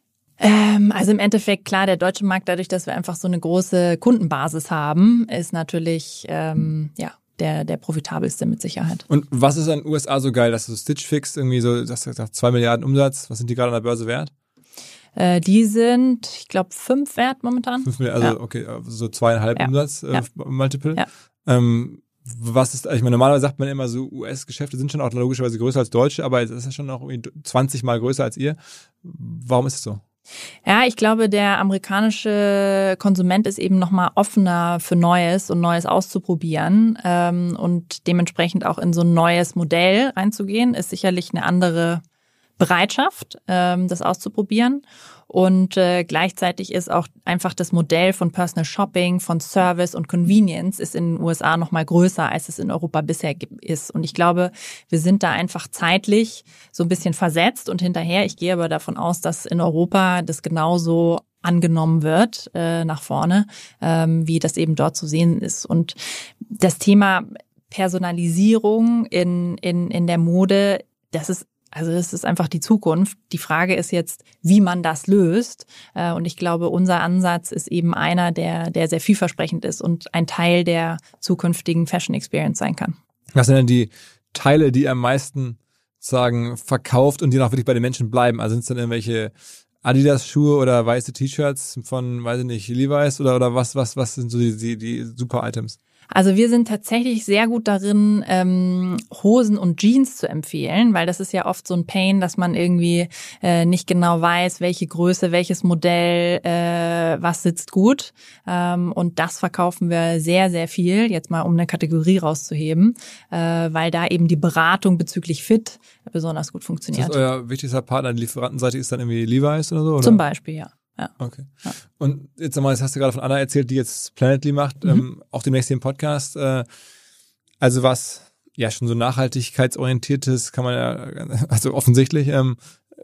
Ähm, also im Endeffekt, klar, der deutsche Markt, dadurch, dass wir einfach so eine große Kundenbasis haben, ist natürlich ähm, ja der der profitabelste mit Sicherheit. Und was ist an U S A so geil, dass du Stitch Fix irgendwie so, das sagt zwei Milliarden Umsatz, was sind die gerade an der Börse wert? Äh, die sind, ich glaube, fünf wert momentan. Fünf Milliarden, also ja. okay, so zweieinhalb ja. Umsatz, äh, ja. Multiple. Ja. Ähm, was ist, ich meine, normalerweise sagt man immer so, U S-Geschäfte sind schon auch logischerweise größer als deutsche, aber es ist ja schon noch irgendwie zwanzig Mal größer als ihr. Warum ist es so? Ja, ich glaube, der amerikanische Konsument ist eben nochmal offener für Neues und Neues auszuprobieren ähm, und dementsprechend auch in so ein neues Modell reinzugehen, ist sicherlich eine andere Bereitschaft, ähm, das auszuprobieren. Und äh, gleichzeitig ist auch einfach das Modell von Personal Shopping, von Service und Convenience ist in den U S A noch mal größer, als es in Europa bisher ist. Und ich glaube, wir sind da einfach zeitlich so ein bisschen versetzt und hinterher. Ich gehe aber davon aus, dass in Europa das genauso angenommen wird äh, nach vorne, ähm, wie das eben dort zu sehen ist. Und das Thema Personalisierung in in in der Mode, das ist Also das ist einfach die Zukunft. Die Frage ist jetzt, wie man das löst. Und ich glaube, unser Ansatz ist eben einer, der, der sehr vielversprechend ist und ein Teil der zukünftigen Fashion Experience sein kann. Was sind denn die Teile, die am meisten sagen verkauft und die noch wirklich bei den Menschen bleiben? Also sind es dann irgendwelche Adidas-Schuhe oder weiße T-Shirts von, weiß ich nicht, Levi's oder oder was was was sind so die die, die Super-Items? Also wir sind tatsächlich sehr gut darin, ähm, Hosen und Jeans zu empfehlen, weil das ist ja oft so ein Pain, dass man irgendwie äh, nicht genau weiß, welche Größe, welches Modell, äh, was sitzt gut. Ähm, und das verkaufen wir sehr, sehr viel, jetzt mal um eine Kategorie rauszuheben, äh, weil da eben die Beratung bezüglich Fit besonders gut funktioniert. Ist das euer wichtigster Partner, die Lieferantenseite ist dann irgendwie Levi's oder so? Oder? Zum Beispiel, ja. Ja. Okay. Ja. Und jetzt nochmal, jetzt hast du gerade von Anna erzählt, die jetzt Planetly macht, mhm. ähm, auch demnächst hier im Podcast. Äh, also was, ja, schon so nachhaltigkeitsorientiertes kann man ja, also offensichtlich, ähm,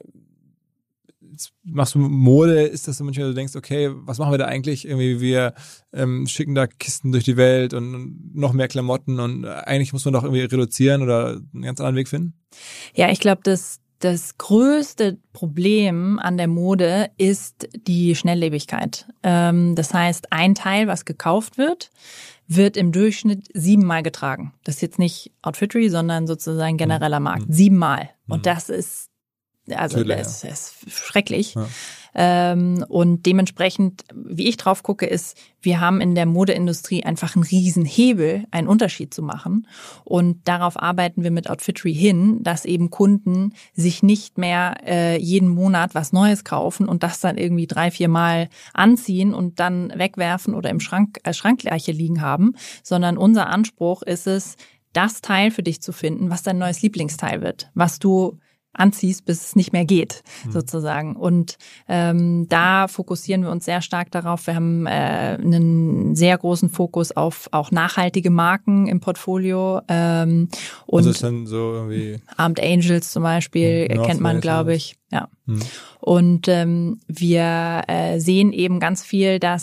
jetzt machst du Mode, ist das so manchmal, du denkst, okay, was machen wir da eigentlich? Irgendwie wir ähm, schicken da Kisten durch die Welt und, und noch mehr Klamotten und eigentlich muss man doch irgendwie reduzieren oder einen ganz anderen Weg finden? Ja, ich glaube, das Das größte Problem an der Mode ist die Schnelllebigkeit. Das heißt, ein Teil, was gekauft wird, wird im Durchschnitt siebenmal getragen. Das ist jetzt nicht Outfittery, sondern sozusagen genereller Markt. Siebenmal. Und das ist, also Tödlich, das ja. ist schrecklich. Ja. Ähm, und dementsprechend, wie ich drauf gucke, ist, wir haben in der Modeindustrie einfach einen riesen Hebel, einen Unterschied zu machen. Und darauf arbeiten wir mit Outfittery hin, dass eben Kunden sich nicht mehr äh, jeden Monat was Neues kaufen und das dann irgendwie drei, vier Mal anziehen und dann wegwerfen oder im Schrank als Schrankleiche liegen haben, sondern unser Anspruch ist es, das Teil für dich zu finden, was dein neues Lieblingsteil wird, was du anziehst, bis es nicht mehr geht, mhm. sozusagen. Und ähm, da fokussieren wir uns sehr stark darauf. Wir haben äh, einen sehr großen Fokus auf auch nachhaltige Marken im Portfolio. Ähm, und also ist dann so irgendwie Armed Angels zum Beispiel, North kennt man, glaube ich. Ja. Mhm. Und ähm, wir äh, sehen eben ganz viel, dass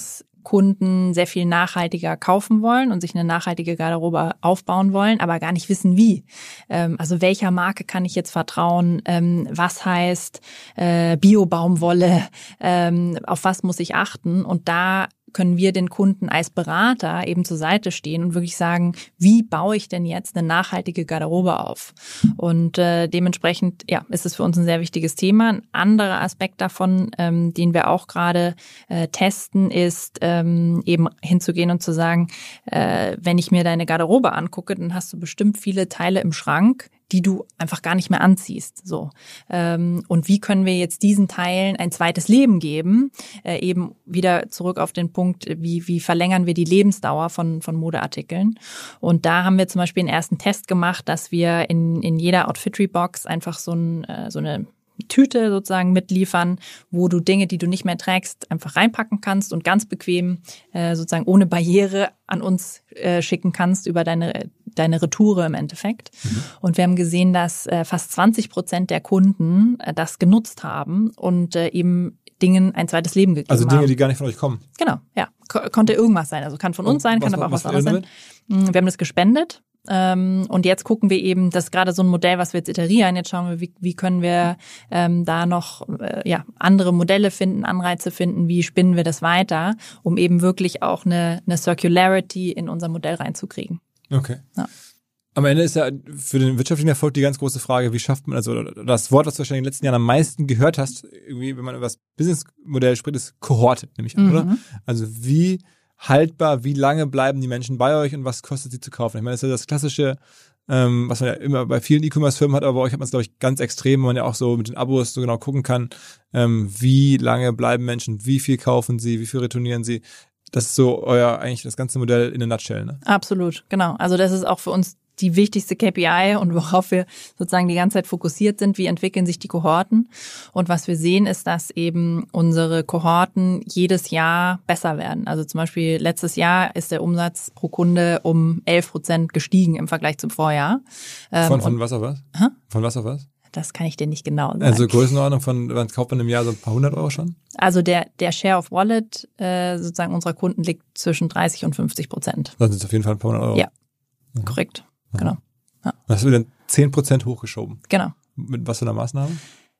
Kunden sehr viel nachhaltiger kaufen wollen und sich eine nachhaltige Garderobe aufbauen wollen, aber gar nicht wissen, wie. Ähm, also welcher Marke kann ich jetzt vertrauen? Ähm, was heißt äh, Bio-Baumwolle? Ähm, auf was muss ich achten? Und da können wir den Kunden als Berater eben zur Seite stehen und wirklich sagen, wie baue ich denn jetzt eine nachhaltige Garderobe auf? Und äh, dementsprechend ja, ist es für uns ein sehr wichtiges Thema. Ein anderer Aspekt davon, ähm, den wir auch gerade äh, testen, ist ähm, eben hinzugehen und zu sagen, äh, wenn ich mir deine Garderobe angucke, dann hast du bestimmt viele Teile im Schrank, die du einfach gar nicht mehr anziehst. So. Ähm, und wie können wir jetzt diesen Teilen ein zweites Leben geben? Äh, eben wieder zurück auf den Punkt, wie, wie verlängern wir die Lebensdauer von, von Modeartikeln? Und da haben wir zum Beispiel einen ersten Test gemacht, dass wir in, in jeder Outfittery-Box einfach so, ein, äh, so eine Tüte sozusagen mitliefern, wo du Dinge, die du nicht mehr trägst, einfach reinpacken kannst und ganz bequem äh, sozusagen ohne Barriere an uns äh, schicken kannst über deine deine Retoure im Endeffekt. Mhm. Und wir haben gesehen, dass äh, fast zwanzig Prozent der Kunden äh, das genutzt haben und äh, eben Dingen ein zweites Leben gegeben haben. Also Dinge, haben. die gar nicht von euch kommen. Genau, ja. Ko- konnte irgendwas sein. Also kann von uns sein, was, kann aber auch was, was anderes sein. Wir haben das gespendet. Ähm, und jetzt gucken wir eben, das ist gerade so ein Modell, was wir jetzt iterieren. Jetzt schauen wir, wie, wie können wir ähm, da noch äh, ja andere Modelle finden, Anreize finden, wie spinnen wir das weiter, um eben wirklich auch eine, eine Circularity in unser Modell reinzukriegen. Okay. Ja. Am Ende ist ja für den wirtschaftlichen Erfolg die ganz große Frage, wie schafft man, also das Wort, was du wahrscheinlich in den letzten Jahren am meisten gehört hast, irgendwie, wenn man über das Businessmodell spricht, ist Kohorte, nehme ich an, mhm. oder? Also wie haltbar, wie lange bleiben die Menschen bei euch und was kostet sie zu kaufen? Ich meine, das ist ja das klassische, ähm, was man ja immer bei vielen E-Commerce-Firmen hat, aber bei euch hat man es, glaube ich, ganz extrem, wo man ja auch so mit den Abos so genau gucken kann, ähm, wie lange bleiben Menschen, wie viel kaufen sie, wie viel retournieren sie. Das ist so euer, eigentlich das ganze Modell in a nutshell, ne? Absolut, genau. Also das ist auch für uns die wichtigste K P I und worauf wir sozusagen die ganze Zeit fokussiert sind, wie entwickeln sich die Kohorten. Und was wir sehen, ist, dass eben unsere Kohorten jedes Jahr besser werden. Also zum Beispiel letztes Jahr ist der Umsatz pro Kunde um elf Prozent gestiegen im Vergleich zum Vorjahr. Von, von was auf was? Hä? Von was auf was? Das kann ich dir nicht genau sagen. Also Größenordnung von, wann kauft man im Jahr so ein paar hundert Euro schon? Also der der Share of Wallet äh, sozusagen unserer Kunden liegt zwischen dreißig und fünfzig Prozent. Das sind auf jeden Fall ein paar hundert Euro. Ja, mhm. korrekt. Genau. Ja. Hast du denn zehn Prozent hochgeschoben? Genau. Mit was für einer Maßnahme?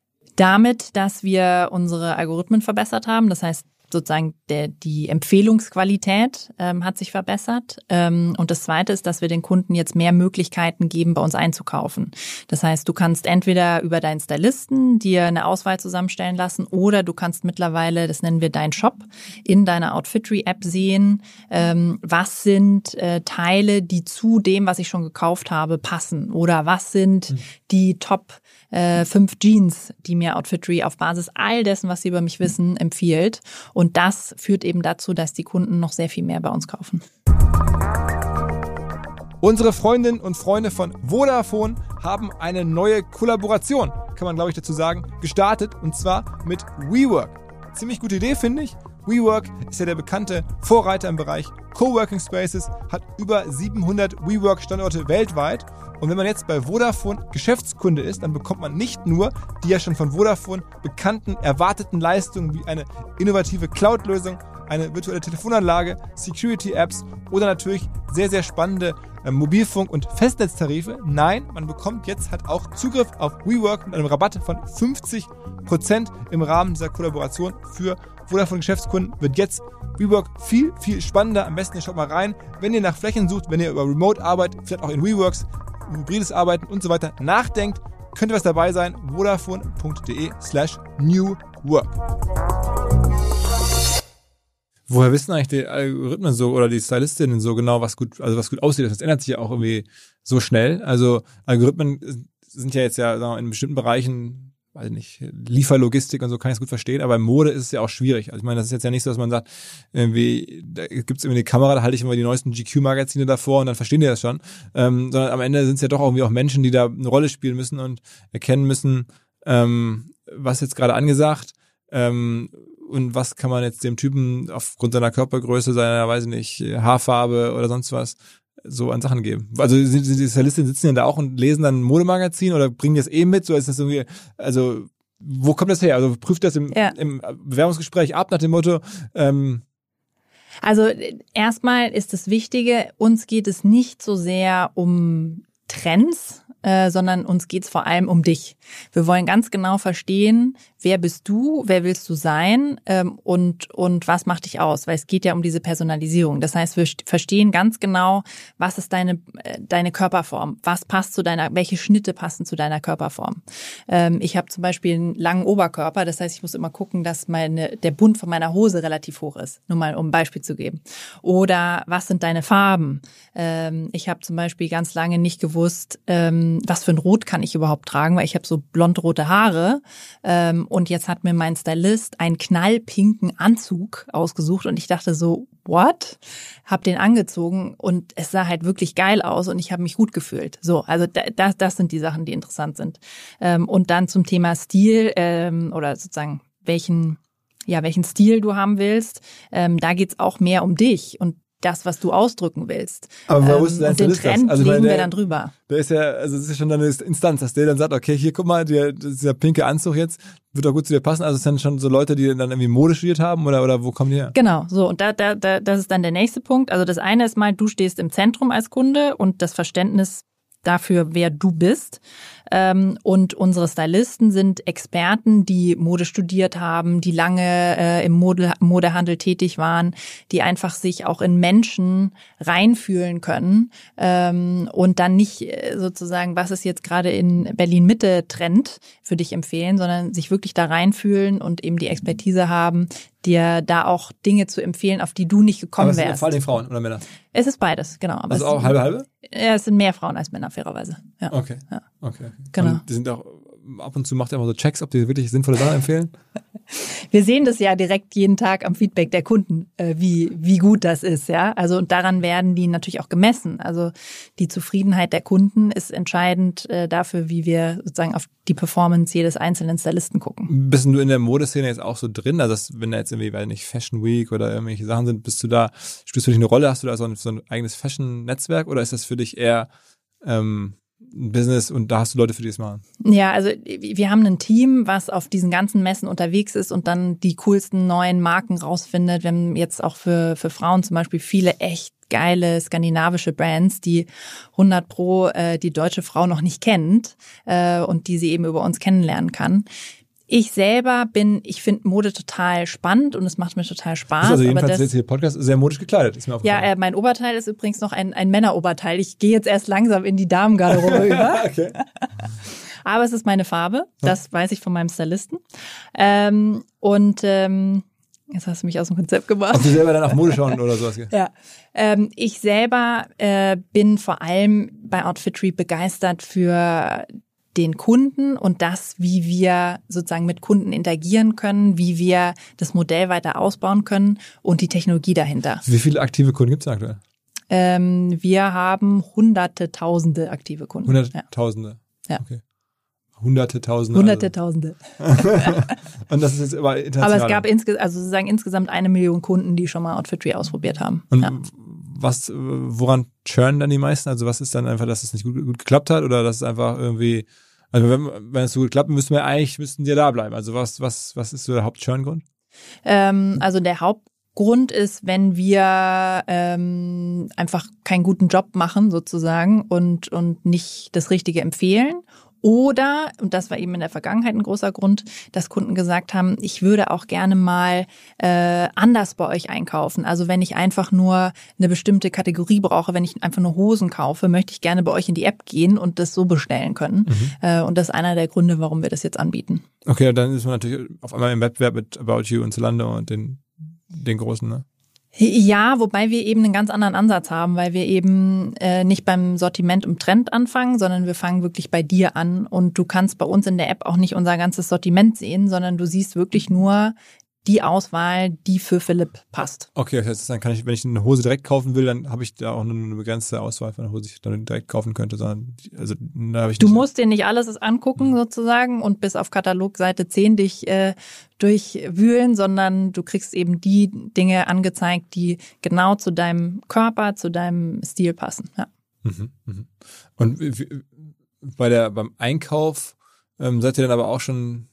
Damit, dass wir unsere Algorithmen verbessert haben. Das heißt, sozusagen der, die Empfehlungsqualität ähm, hat sich verbessert. Ähm, und das Zweite ist, dass wir den Kunden jetzt mehr Möglichkeiten geben, bei uns einzukaufen. Das heißt, du kannst entweder über deinen Stylisten dir eine Auswahl zusammenstellen lassen oder du kannst mittlerweile, das nennen wir dein Shop, in deiner Outfittery-App sehen, ähm, was sind äh, Teile, die zu dem, was ich schon gekauft habe, passen. Oder was sind mhm. die Top äh, fünf Jeans, die mir Outfittery auf Basis all dessen, was sie über mich wissen, empfiehlt. Und das führt eben dazu, dass die Kunden noch sehr viel mehr bei uns kaufen. Unsere Freundinnen und Freunde von Vodafone haben eine neue Kollaboration, kann man glaube ich dazu sagen, gestartet, und zwar mit WeWork. Ziemlich gute Idee, finde ich. WeWork ist ja der bekannte Vorreiter im Bereich Coworking Spaces, hat über siebenhundert WeWork-Standorte weltweit. Und wenn man jetzt bei Vodafone Geschäftskunde ist, dann bekommt man nicht nur die ja schon von Vodafone bekannten, erwarteten Leistungen wie eine innovative Cloud-Lösung, eine virtuelle Telefonanlage, Security-Apps oder natürlich sehr, sehr spannende äh, Mobilfunk- und Festnetztarife. Nein, man bekommt jetzt halt auch Zugriff auf WeWork mit einem Rabatt von fünfzig Prozent im Rahmen dieser Kollaboration für Vodafone Geschäftskunden. Wird jetzt WeWork viel, viel spannender. Am besten ihr schaut mal rein, wenn ihr nach Flächen sucht, wenn ihr über Remote-Arbeit, vielleicht auch in WeWorks, hybrides Arbeiten und so weiter nachdenkt, könnte was dabei sein. Vodafone.de slash New Work. Woher wissen eigentlich die Algorithmen so oder die Stylistinnen so genau, was gut, also was gut aussieht? Das ändert sich ja auch irgendwie so schnell. Also Algorithmen sind ja jetzt ja sagen wir, in bestimmten Bereichen, weiß ich nicht, Lieferlogistik und so kann ich es gut verstehen, aber in Mode ist es ja auch schwierig. Also ich meine, das ist jetzt ja nicht so, dass man sagt, irgendwie, da gibt's irgendwie eine Kamera, da halte ich immer die neuesten G Q-Magazine davor und dann verstehen die das schon. Ähm, sondern am Ende sind es ja doch irgendwie auch Menschen, die da eine Rolle spielen müssen und erkennen müssen, ähm, was jetzt gerade angesagt, ähm, und was kann man jetzt dem Typen aufgrund seiner Körpergröße, seiner, weiß ich nicht, Haarfarbe oder sonst was so an Sachen geben. Also sind die Stylistinnen sitzen da auch und lesen dann ein Modemagazin oder bringen das eh mit? So ist das irgendwie, also wo kommt das her? Also prüft das im, ja. im Bewerbungsgespräch ab nach dem Motto, ähm, Also erstmal ist das Wichtige, uns geht es nicht so sehr um Trends, äh, sondern uns geht's vor allem um dich. Wir wollen ganz genau verstehen, wer bist du, wer willst du sein ähm, und und was macht dich aus, weil es geht ja um diese Personalisierung. Das heißt, wir verstehen ganz genau, was ist deine äh, deine Körperform, was passt zu deiner, welche Schnitte passen zu deiner Körperform. Ähm, ich habe zum Beispiel einen langen Oberkörper, das heißt, ich muss immer gucken, dass meine der Bund von meiner Hose relativ hoch ist. Nur mal um ein Beispiel zu geben. Oder was sind deine Farben? Ähm, ich habe zum Beispiel ganz lange nicht gewusst, ähm, was für ein Rot kann ich überhaupt tragen, weil ich habe so blond-rote Haare. Ähm, und jetzt hat mir mein Stylist einen knallpinken Anzug ausgesucht und ich dachte so, what? Hab den angezogen und es sah halt wirklich geil aus und ich habe mich gut gefühlt. So, also das, das sind die Sachen, die interessant sind. Ähm, und dann zum Thema Stil ähm, oder sozusagen welchen, ja, welchen Stil du haben willst. Ähm, da geht's auch mehr um dich und das, was du ausdrücken willst. Aber wo ähm, ist dein und den Stylist Trend das? Also, legen weil der, wir dann drüber. Der ist ja, also das ist ja schon eine Instanz, dass der dann sagt, okay, hier guck mal, der, dieser pinke Anzug jetzt wird auch gut zu dir passen. Also es sind schon so Leute, die dann irgendwie Mode studiert haben oder oder wo kommen die her? Genau, so und da, da, da, das ist dann der nächste Punkt. Also das eine ist mal, du stehst im Zentrum als Kunde und das Verständnis dafür, wer du bist. Ähm, und unsere Stylisten sind Experten, die Mode studiert haben, die lange äh, im Mode, Modehandel tätig waren, die einfach sich auch in Menschen reinfühlen können ähm, und dann nicht äh, sozusagen, was ist jetzt gerade in Berlin-Mitte Trend für dich empfehlen, sondern sich wirklich da reinfühlen und eben die Expertise haben, dir da auch Dinge zu empfehlen, auf die du nicht gekommen aber es wärst. sind vor allem Frauen oder Männer? Es ist beides, genau. Aber Also es, auch halbe halbe? Ja, es sind mehr Frauen als Männer, fairerweise. Ja. Okay. Ja. Okay. Genau. Und die sind auch, ab und zu macht ihr immer so Checks, ob die wirklich sinnvolle Sachen empfehlen? Wir sehen das ja direkt jeden Tag am Feedback der Kunden, äh, wie wie gut das ist, ja. Also und daran werden die natürlich auch gemessen. Also die Zufriedenheit der Kunden ist entscheidend äh, dafür, wie wir sozusagen auf die Performance jedes einzelnen Stylisten gucken. Bist du in der Modeszene jetzt auch so drin? Also das, wenn da jetzt irgendwie, weiß nicht, Fashion Week oder irgendwelche Sachen sind, bist du da, spielst du dich eine Rolle? Hast du da so ein, so ein eigenes Fashion-Netzwerk oder ist das für dich eher ähm, ein Business und da hast du Leute, für die es machen? Ja, also wir haben ein Team, was auf diesen ganzen Messen unterwegs ist und dann die coolsten neuen Marken rausfindet. Wir haben jetzt auch für für Frauen zum Beispiel viele echt geile skandinavische Brands, die hundert pro äh, die deutsche Frau noch nicht kennt äh, und die sie eben über uns kennenlernen kann. Ich selber bin, ich finde Mode total spannend und es macht mir total Spaß. Also jedenfalls aber das, jetzt hier Podcast sehr modisch gekleidet, ist mir ja, aufgefallen. äh, mein Oberteil ist übrigens noch ein, ein Männeroberteil. Ich gehe jetzt erst langsam in die Damengarderobe über. Okay. Aber es ist meine Farbe, das ja. weiß ich von meinem Stylisten. Ähm, und ähm, jetzt hast du mich aus dem Konzept gemacht. Ob du selber dann auf Mode schauen oder sowas? Ja, ähm, ich selber äh, bin vor allem bei Outfittery begeistert für den Kunden und das, wie wir sozusagen mit Kunden interagieren können, wie wir das Modell weiter ausbauen können und die Technologie dahinter. Wie viele aktive Kunden gibt es aktuell? Ähm, wir haben hunderte, tausende aktive Kunden. Hunderttausende? Ja. Okay. Hunderte, Tausende. Hunderte, also. Tausende. Und das ist jetzt aber international. Aber es gab insge- also sozusagen insgesamt eine Million Kunden, die schon mal Outfittery ausprobiert haben. Und ja. was, woran churnen dann die meisten? Also was ist dann einfach, dass es nicht gut, gut geklappt hat oder dass es einfach irgendwie, also wenn, wenn es so gut klappt, müssten wir eigentlich, müssten die da bleiben. Also was, was, was ist so der Haupt-Churn-Grund? Ähm, also der Hauptgrund ist, wenn wir ähm, einfach keinen guten Job machen sozusagen und, und nicht das Richtige empfehlen. Oder, und das war eben in der Vergangenheit ein großer Grund, dass Kunden gesagt haben, ich würde auch gerne mal äh, anders bei euch einkaufen. Also wenn ich einfach nur eine bestimmte Kategorie brauche, wenn ich einfach nur Hosen kaufe, möchte ich gerne bei euch in die App gehen und das so bestellen können. Mhm. Äh, und das ist einer der Gründe, warum wir das jetzt anbieten. Okay, dann ist man natürlich auf einmal im Wettbewerb mit About You und Zalando und den, den großen, ne? Ja, wobei wir eben einen ganz anderen Ansatz haben, weil wir eben äh, nicht beim Sortiment im Trend anfangen, sondern wir fangen wirklich bei dir an und du kannst bei uns in der App auch nicht unser ganzes Sortiment sehen, sondern du siehst wirklich nur die Auswahl, die für Philipp passt. Okay, das heißt, dann kann ich, wenn ich eine Hose direkt kaufen will, dann habe ich da auch nur eine begrenzte Auswahl von einer Hose, die ich dann direkt kaufen könnte, sondern also da habe ich Du nicht musst dir nicht alles angucken sozusagen und bis auf Katalogseite zehn dich äh, durchwühlen, sondern du kriegst eben die Dinge angezeigt, die genau zu deinem Körper, zu deinem Stil passen. Ja. Mhm, mhm. Und bei der beim Einkauf ähm, seid ihr dann aber auch schon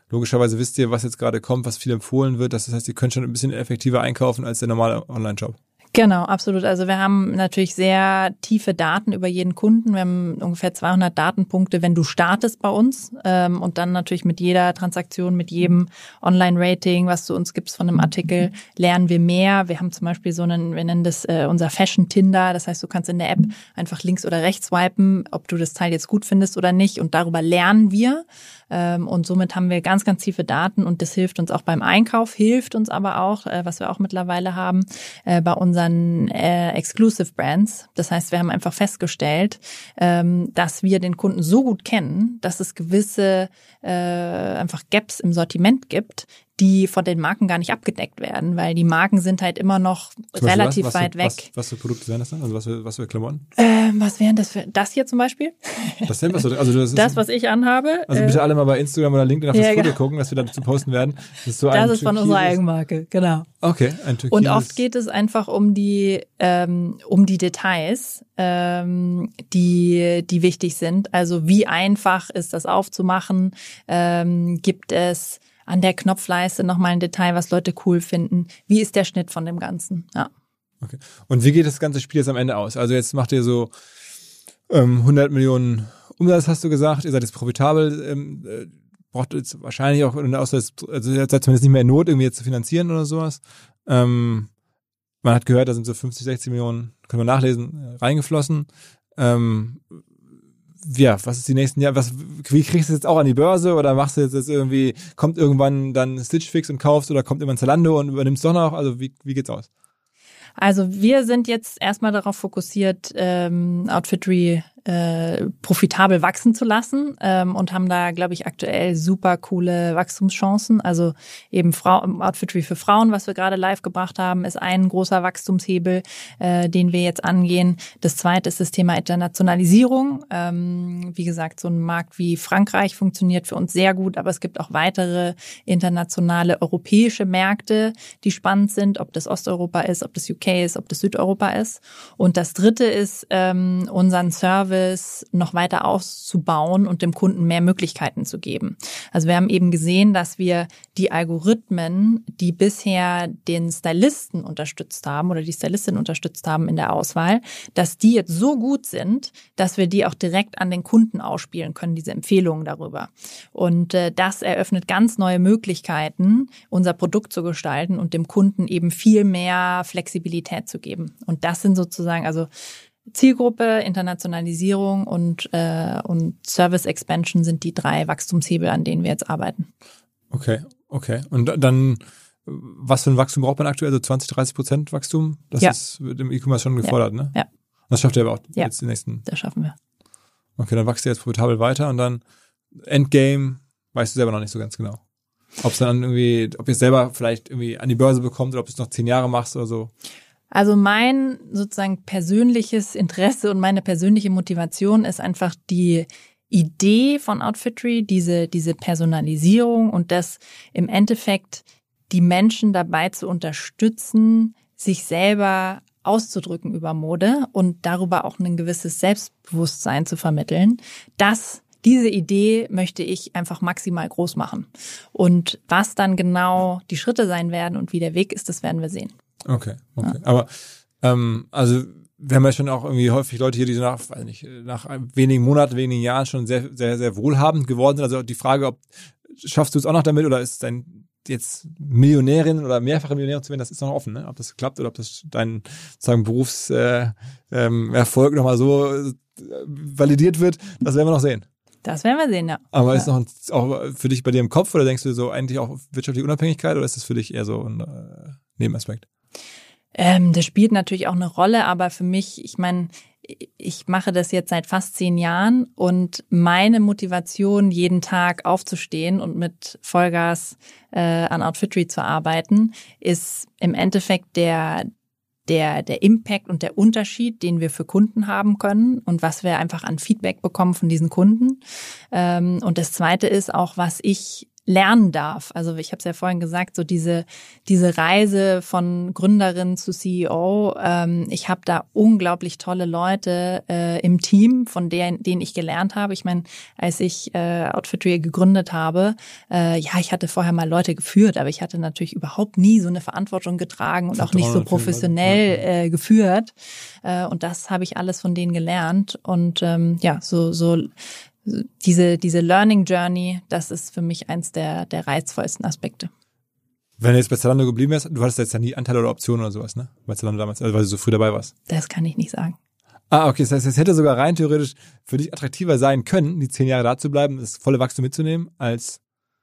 logischerweise wisst ihr, was jetzt gerade kommt, was viel empfohlen wird. Das heißt, ihr könnt schon ein bisschen effektiver einkaufen als der normale Online-Shop. Genau, absolut. Also wir haben natürlich sehr tiefe Daten über jeden Kunden. Wir haben ungefähr zweihundert Datenpunkte, wenn du startest bei uns, ähm, und dann natürlich mit jeder Transaktion, mit jedem Online-Rating, was du uns gibst von einem Artikel, lernen wir mehr. Wir haben zum Beispiel so einen, wir nennen das äh, unser Fashion-Tinder. Das heißt, du kannst in der App einfach links oder rechts swipen, ob du das Teil jetzt gut findest oder nicht, und darüber lernen wir. Ähm, und somit haben wir ganz, ganz tiefe Daten, und das hilft uns auch beim Einkauf, hilft uns aber auch, äh, was wir auch mittlerweile haben, äh, bei unseren äh, Exclusive Brands. Das heißt, wir haben einfach festgestellt, ähm, dass wir den Kunden so gut kennen, dass es gewisse äh, einfach Gaps im Sortiment gibt, die von den Marken gar nicht abgedeckt werden, weil die Marken sind halt immer noch relativ was, was weit für, weg. Was, was für Produkte wären das dann? Also was für, was für Klamotten? Ähm, was wären das für, das hier zum Beispiel? Das denn, was du, also das, ist, das, was ich anhabe. Also bitte alle mal bei Instagram oder LinkedIn auf das ja, Foto genau. gucken, was wir dazu posten werden. Das ist, so das ein ist von unserer Eigenmarke, genau. Okay, ein türkises. Und oft geht es einfach um die ähm, um die Details, ähm, die die wichtig sind. Also wie einfach ist das aufzumachen? Ähm, gibt es an der Knopfleiste nochmal ein Detail, was Leute cool finden? Wie ist der Schnitt von dem Ganzen? Ja. Okay. Und wie geht das ganze Spiel jetzt am Ende aus? Also jetzt macht ihr so ähm, hundert Millionen Umsatz, hast du gesagt. Ihr seid jetzt profitabel. Ähm, äh, braucht jetzt wahrscheinlich auch, außer jetzt, also ihr seid zumindest nicht mehr in Not, irgendwie jetzt zu finanzieren oder sowas. Ähm, man hat gehört, da sind so fünfzig, sechzig Millionen, können wir nachlesen, reingeflossen. Ähm, ja, was ist die nächsten Jahre? Was, wie kriegst du das jetzt auch an die Börse, oder machst du jetzt, jetzt irgendwie, kommt irgendwann dann Stitch Fix und kaufst, oder kommt irgendwann Zalando und übernimmst doch noch? Also wie, wie geht's aus? Also wir sind jetzt erstmal darauf fokussiert, ähm, Outfittery äh, profitabel wachsen zu lassen, ähm, und haben da, glaube ich, aktuell super coole Wachstumschancen. Also eben Frau, Outfittery für Frauen, was wir gerade live gebracht haben, ist ein großer Wachstumshebel, äh, den wir jetzt angehen. Das zweite ist das Thema Internationalisierung. Ähm, wie gesagt, so ein Markt wie Frankreich funktioniert für uns sehr gut, aber es gibt auch weitere internationale europäische Märkte, die spannend sind, ob das Osteuropa ist, ob das U K ist, ob das Südeuropa ist. Und das dritte ist, ähm, unseren Service noch weiter auszubauen und dem Kunden mehr Möglichkeiten zu geben. Also wir haben eben gesehen, dass wir die Algorithmen, die bisher den Stylisten unterstützt haben oder die Stylistin unterstützt haben in der Auswahl, dass die jetzt so gut sind, dass wir die auch direkt an den Kunden ausspielen können, diese Empfehlungen darüber. Und äh, das eröffnet ganz neue Möglichkeiten, unser Produkt zu gestalten und dem Kunden eben viel mehr Flexibilität zu geben. Und das sind sozusagen, also Zielgruppe, Internationalisierung und äh, und Service Expansion sind die drei Wachstumshebel, an denen wir jetzt arbeiten. Okay, okay. Und dann, was für ein Wachstum braucht man aktuell? Also zwanzig, dreißig Prozent Wachstum? Das ja. ist im E-Commerce schon gefordert, ja. ne? Ja. Das schafft ihr aber auch ja. jetzt die nächsten. Das schaffen wir. Okay, dann wächst ihr jetzt profitabel weiter, und dann Endgame weißt du selber noch nicht so ganz genau. Ob es dann irgendwie, ob ihr es selber vielleicht irgendwie an die Börse bekommt oder ob du es noch zehn Jahre machst oder so. Also mein sozusagen persönliches Interesse und meine persönliche Motivation ist einfach die Idee von Outfittery, diese diese Personalisierung und das im Endeffekt die Menschen dabei zu unterstützen, sich selber auszudrücken über Mode und darüber auch ein gewisses Selbstbewusstsein zu vermitteln. Das Diese Idee möchte ich einfach maximal groß machen. Und was dann genau die Schritte sein werden und wie der Weg ist, das werden wir sehen. Okay, okay. Ja. Aber ähm, also wir haben ja schon auch irgendwie häufig Leute hier, die so nach, weiß nicht, nach wenigen Monaten, wenigen Jahren schon sehr, sehr, sehr wohlhabend geworden sind. Also die Frage, ob schaffst du es auch noch damit, oder ist dein jetzt Millionärin oder mehrfache Millionärin zu werden, das ist noch offen, ne? Ob das klappt oder ob das dein sozusagen Berufserfolg äh, ähm, Erfolg nochmal so äh, validiert wird, das werden wir noch sehen. Das werden wir sehen, ja. Aber ja. ist noch ein, auch für dich bei dir im Kopf, oder denkst du so eigentlich auch wirtschaftliche Unabhängigkeit, oder ist das für dich eher so ein äh, Nebenaspekt? Ähm, das spielt natürlich auch eine Rolle, aber für mich, ich meine, ich mache das jetzt seit fast zehn Jahren und meine Motivation, jeden Tag aufzustehen und mit Vollgas äh, an Outfittery zu arbeiten, ist im Endeffekt der der der Impact und der Unterschied, den wir für Kunden haben können und was wir einfach an Feedback bekommen von diesen Kunden. Ähm, und das Zweite ist auch, was ich lernen darf. Also ich habe es ja vorhin gesagt, so diese diese Reise von Gründerin zu C E O. Ähm, ich habe da unglaublich tolle Leute äh, im Team, von denen, denen ich gelernt habe. Ich meine, als ich äh, Outfittery gegründet habe, äh, ja, ich hatte vorher mal Leute geführt, aber ich hatte natürlich überhaupt nie so eine Verantwortung getragen und auch nicht so professionell äh, geführt. Äh, und das habe ich alles von denen gelernt. Und ähm, ja, so so Diese, diese Learning Journey, das ist für mich eins der, der reizvollsten Aspekte. Wenn du jetzt bei Zalando geblieben wärst, du hattest jetzt ja nie Anteile oder Optionen oder sowas, ne? Bei Zalando damals, also weil du so früh dabei warst. Das kann ich nicht sagen. Ah, okay, das heißt, es hätte sogar rein theoretisch für dich attraktiver sein können, die zehn Jahre da zu bleiben, das volle Wachstum mitzunehmen, als...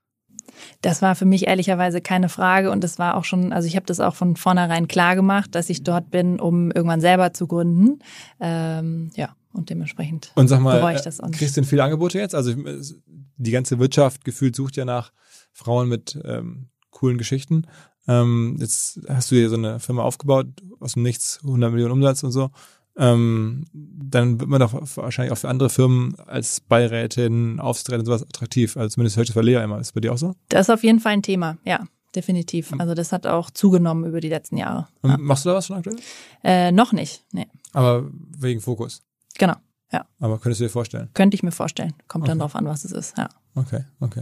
Das war für mich ehrlicherweise keine Frage und das war auch schon, also ich habe das auch von vornherein klar gemacht, dass ich dort bin, um irgendwann selber zu gründen. Ähm, ja. Und dementsprechend und sag mal, bereue ich das auch nicht. Kriegst du denn viele Angebote jetzt? Also die ganze Wirtschaft gefühlt sucht ja nach Frauen mit ähm, coolen Geschichten. Ähm, jetzt hast du dir so eine Firma aufgebaut, aus dem Nichts, hundert Millionen Umsatz und so. Ähm, dann wird man doch wahrscheinlich auch für andere Firmen als Beirätin, Aufsichtsrätin und sowas attraktiv. Also zumindest höre ich das bei Lea immer. Ist das bei dir auch so? Das ist auf jeden Fall ein Thema, ja. Definitiv. Also das hat auch zugenommen über die letzten Jahre. Ja. Machst du da was schon aktuell? Äh, noch nicht, nee. Aber wegen Fokus? Genau, ja. Aber könntest du dir vorstellen? Könnte ich mir vorstellen. Kommt okay. dann drauf an, was es ist, ja. Okay, okay.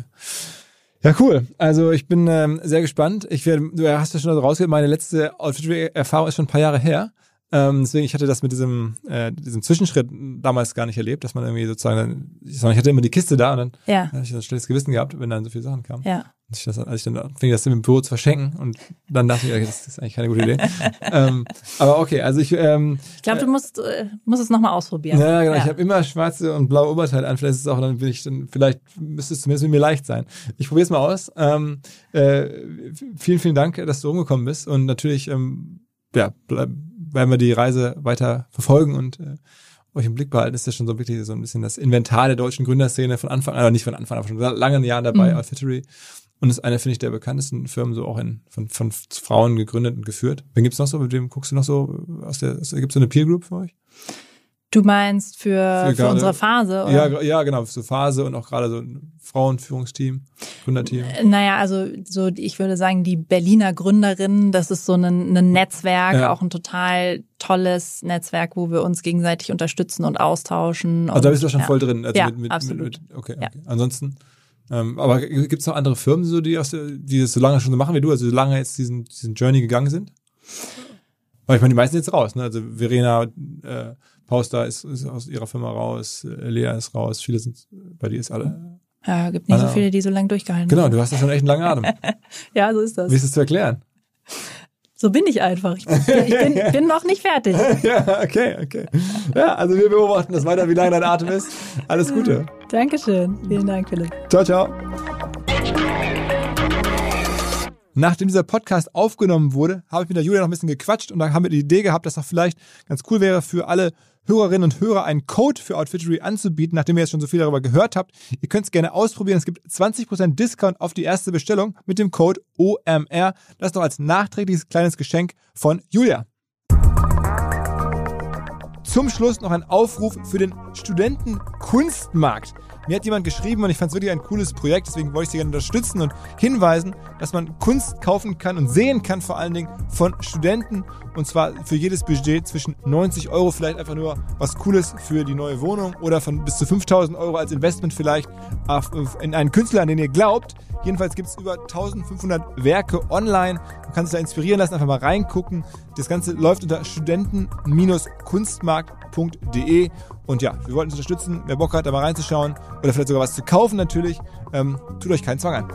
Ja, cool. Also ich bin ähm, sehr gespannt. Ich werde, du hast ja schon rausgehört, meine letzte Outfittery-Erfahrung ist schon ein paar Jahre her. Ähm, deswegen, ich hatte das mit diesem äh, diesem Zwischenschritt damals gar nicht erlebt, dass man irgendwie sozusagen, ich, sag, ich hatte immer die Kiste da und dann ja. hatte ich ein schlechtes Gewissen gehabt, wenn dann so viele Sachen kamen. Ja. Als ich, das, als ich dann fing, das im Büro zu verschenken und dann dachte ich, das ist eigentlich keine gute Idee. ähm, aber okay, also ich... Ähm, ich glaube, du musst, äh, musst es nochmal ausprobieren. Ja, genau. Ja. Ich habe immer schwarze und blaue Oberteile an. Vielleicht ist es auch, dann bin ich dann, vielleicht müsste es zumindest mit mir leicht sein. Ich probiere es mal aus. Ähm, äh, vielen, vielen Dank, dass du rumgekommen bist und natürlich, ähm, ja, bleib, werden wir die Reise weiter verfolgen und äh, euch im Blick behalten. Ist ja schon so wirklich so ein bisschen das Inventar der deutschen Gründerszene von Anfang an, oder nicht von Anfang an, aber schon seit langen Jahren dabei, mhm. Outfittery. Und ist eine, finde ich, der bekanntesten Firmen, so auch in von, von Frauen gegründet und geführt. Wen gibt's noch so? Mit wem guckst du noch so aus der, aus der gibt's so eine Peer Group für euch? Du meinst für, für, für grade, unsere Phase? Oder? Ja, ja, genau, so Phase und auch gerade so ein Frauenführungsteam, Gründerteam. Naja, also so ich würde sagen, die Berliner Gründerinnen, das ist so ein, ein Netzwerk, ja. auch ein total tolles Netzwerk, wo wir uns gegenseitig unterstützen und austauschen. Also da bist du schon ja. voll drin. Also ja, mit, mit, absolut. Mit, okay, ja. okay. Ansonsten, ähm, aber gibt es noch andere Firmen, so, die, aus der, die das so lange schon so machen wie du, also so lange jetzt diesen, diesen Journey gegangen sind? Weil ich meine, die meisten sind jetzt raus, ne? Also Verena äh, Pauster ist, ist aus ihrer Firma raus, Lea ist raus, viele sind, bei dir ist alle. Ja, gibt nicht ah, so viele, die so lange durchgehalten genau, haben. Genau, du hast ja schon echt einen langen Atem. Ja, so ist das. Wie ist das zu erklären? So bin ich einfach. Ich bin, ich bin, bin noch nicht fertig. Ja, okay, okay. Ja, also wir beobachten das weiter, wie lange dein Atem ist. Alles Gute. Dankeschön. Vielen Dank, Philipp. Ciao, ciao. Nachdem dieser Podcast aufgenommen wurde, habe ich mit der Julia noch ein bisschen gequatscht und dann haben wir die Idee gehabt, dass das vielleicht ganz cool wäre für alle Hörerinnen und Hörer, einen Code für Outfittery anzubieten, nachdem ihr jetzt schon so viel darüber gehört habt. Ihr könnt es gerne ausprobieren. Es gibt zwanzig Prozent Discount auf die erste Bestellung mit dem Code O M R. Das noch als nachträgliches kleines Geschenk von Julia. Zum Schluss noch ein Aufruf für den Studentenkunstmarkt. Mir hat jemand geschrieben und ich fand es wirklich ein cooles Projekt, deswegen wollte ich sie gerne unterstützen und hinweisen, dass man Kunst kaufen kann und sehen kann, vor allen Dingen von Studenten, und zwar für jedes Budget zwischen neunzig Euro, vielleicht einfach nur was Cooles für die neue Wohnung oder von bis zu fünftausend Euro als Investment vielleicht in einen Künstler, an den ihr glaubt. Jedenfalls gibt es über eintausendfünfhundert Werke online. Man kann sich da inspirieren lassen, einfach mal reingucken. Das Ganze läuft unter studenten kunstmarkt punkt de. Und ja, wir wollten es unterstützen. Wer Bock hat, da mal reinzuschauen oder vielleicht sogar was zu kaufen natürlich, ähm, tut euch keinen Zwang an.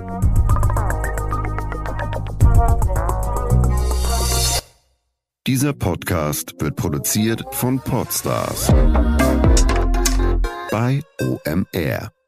Dieser Podcast wird produziert von Podstars bei O M R.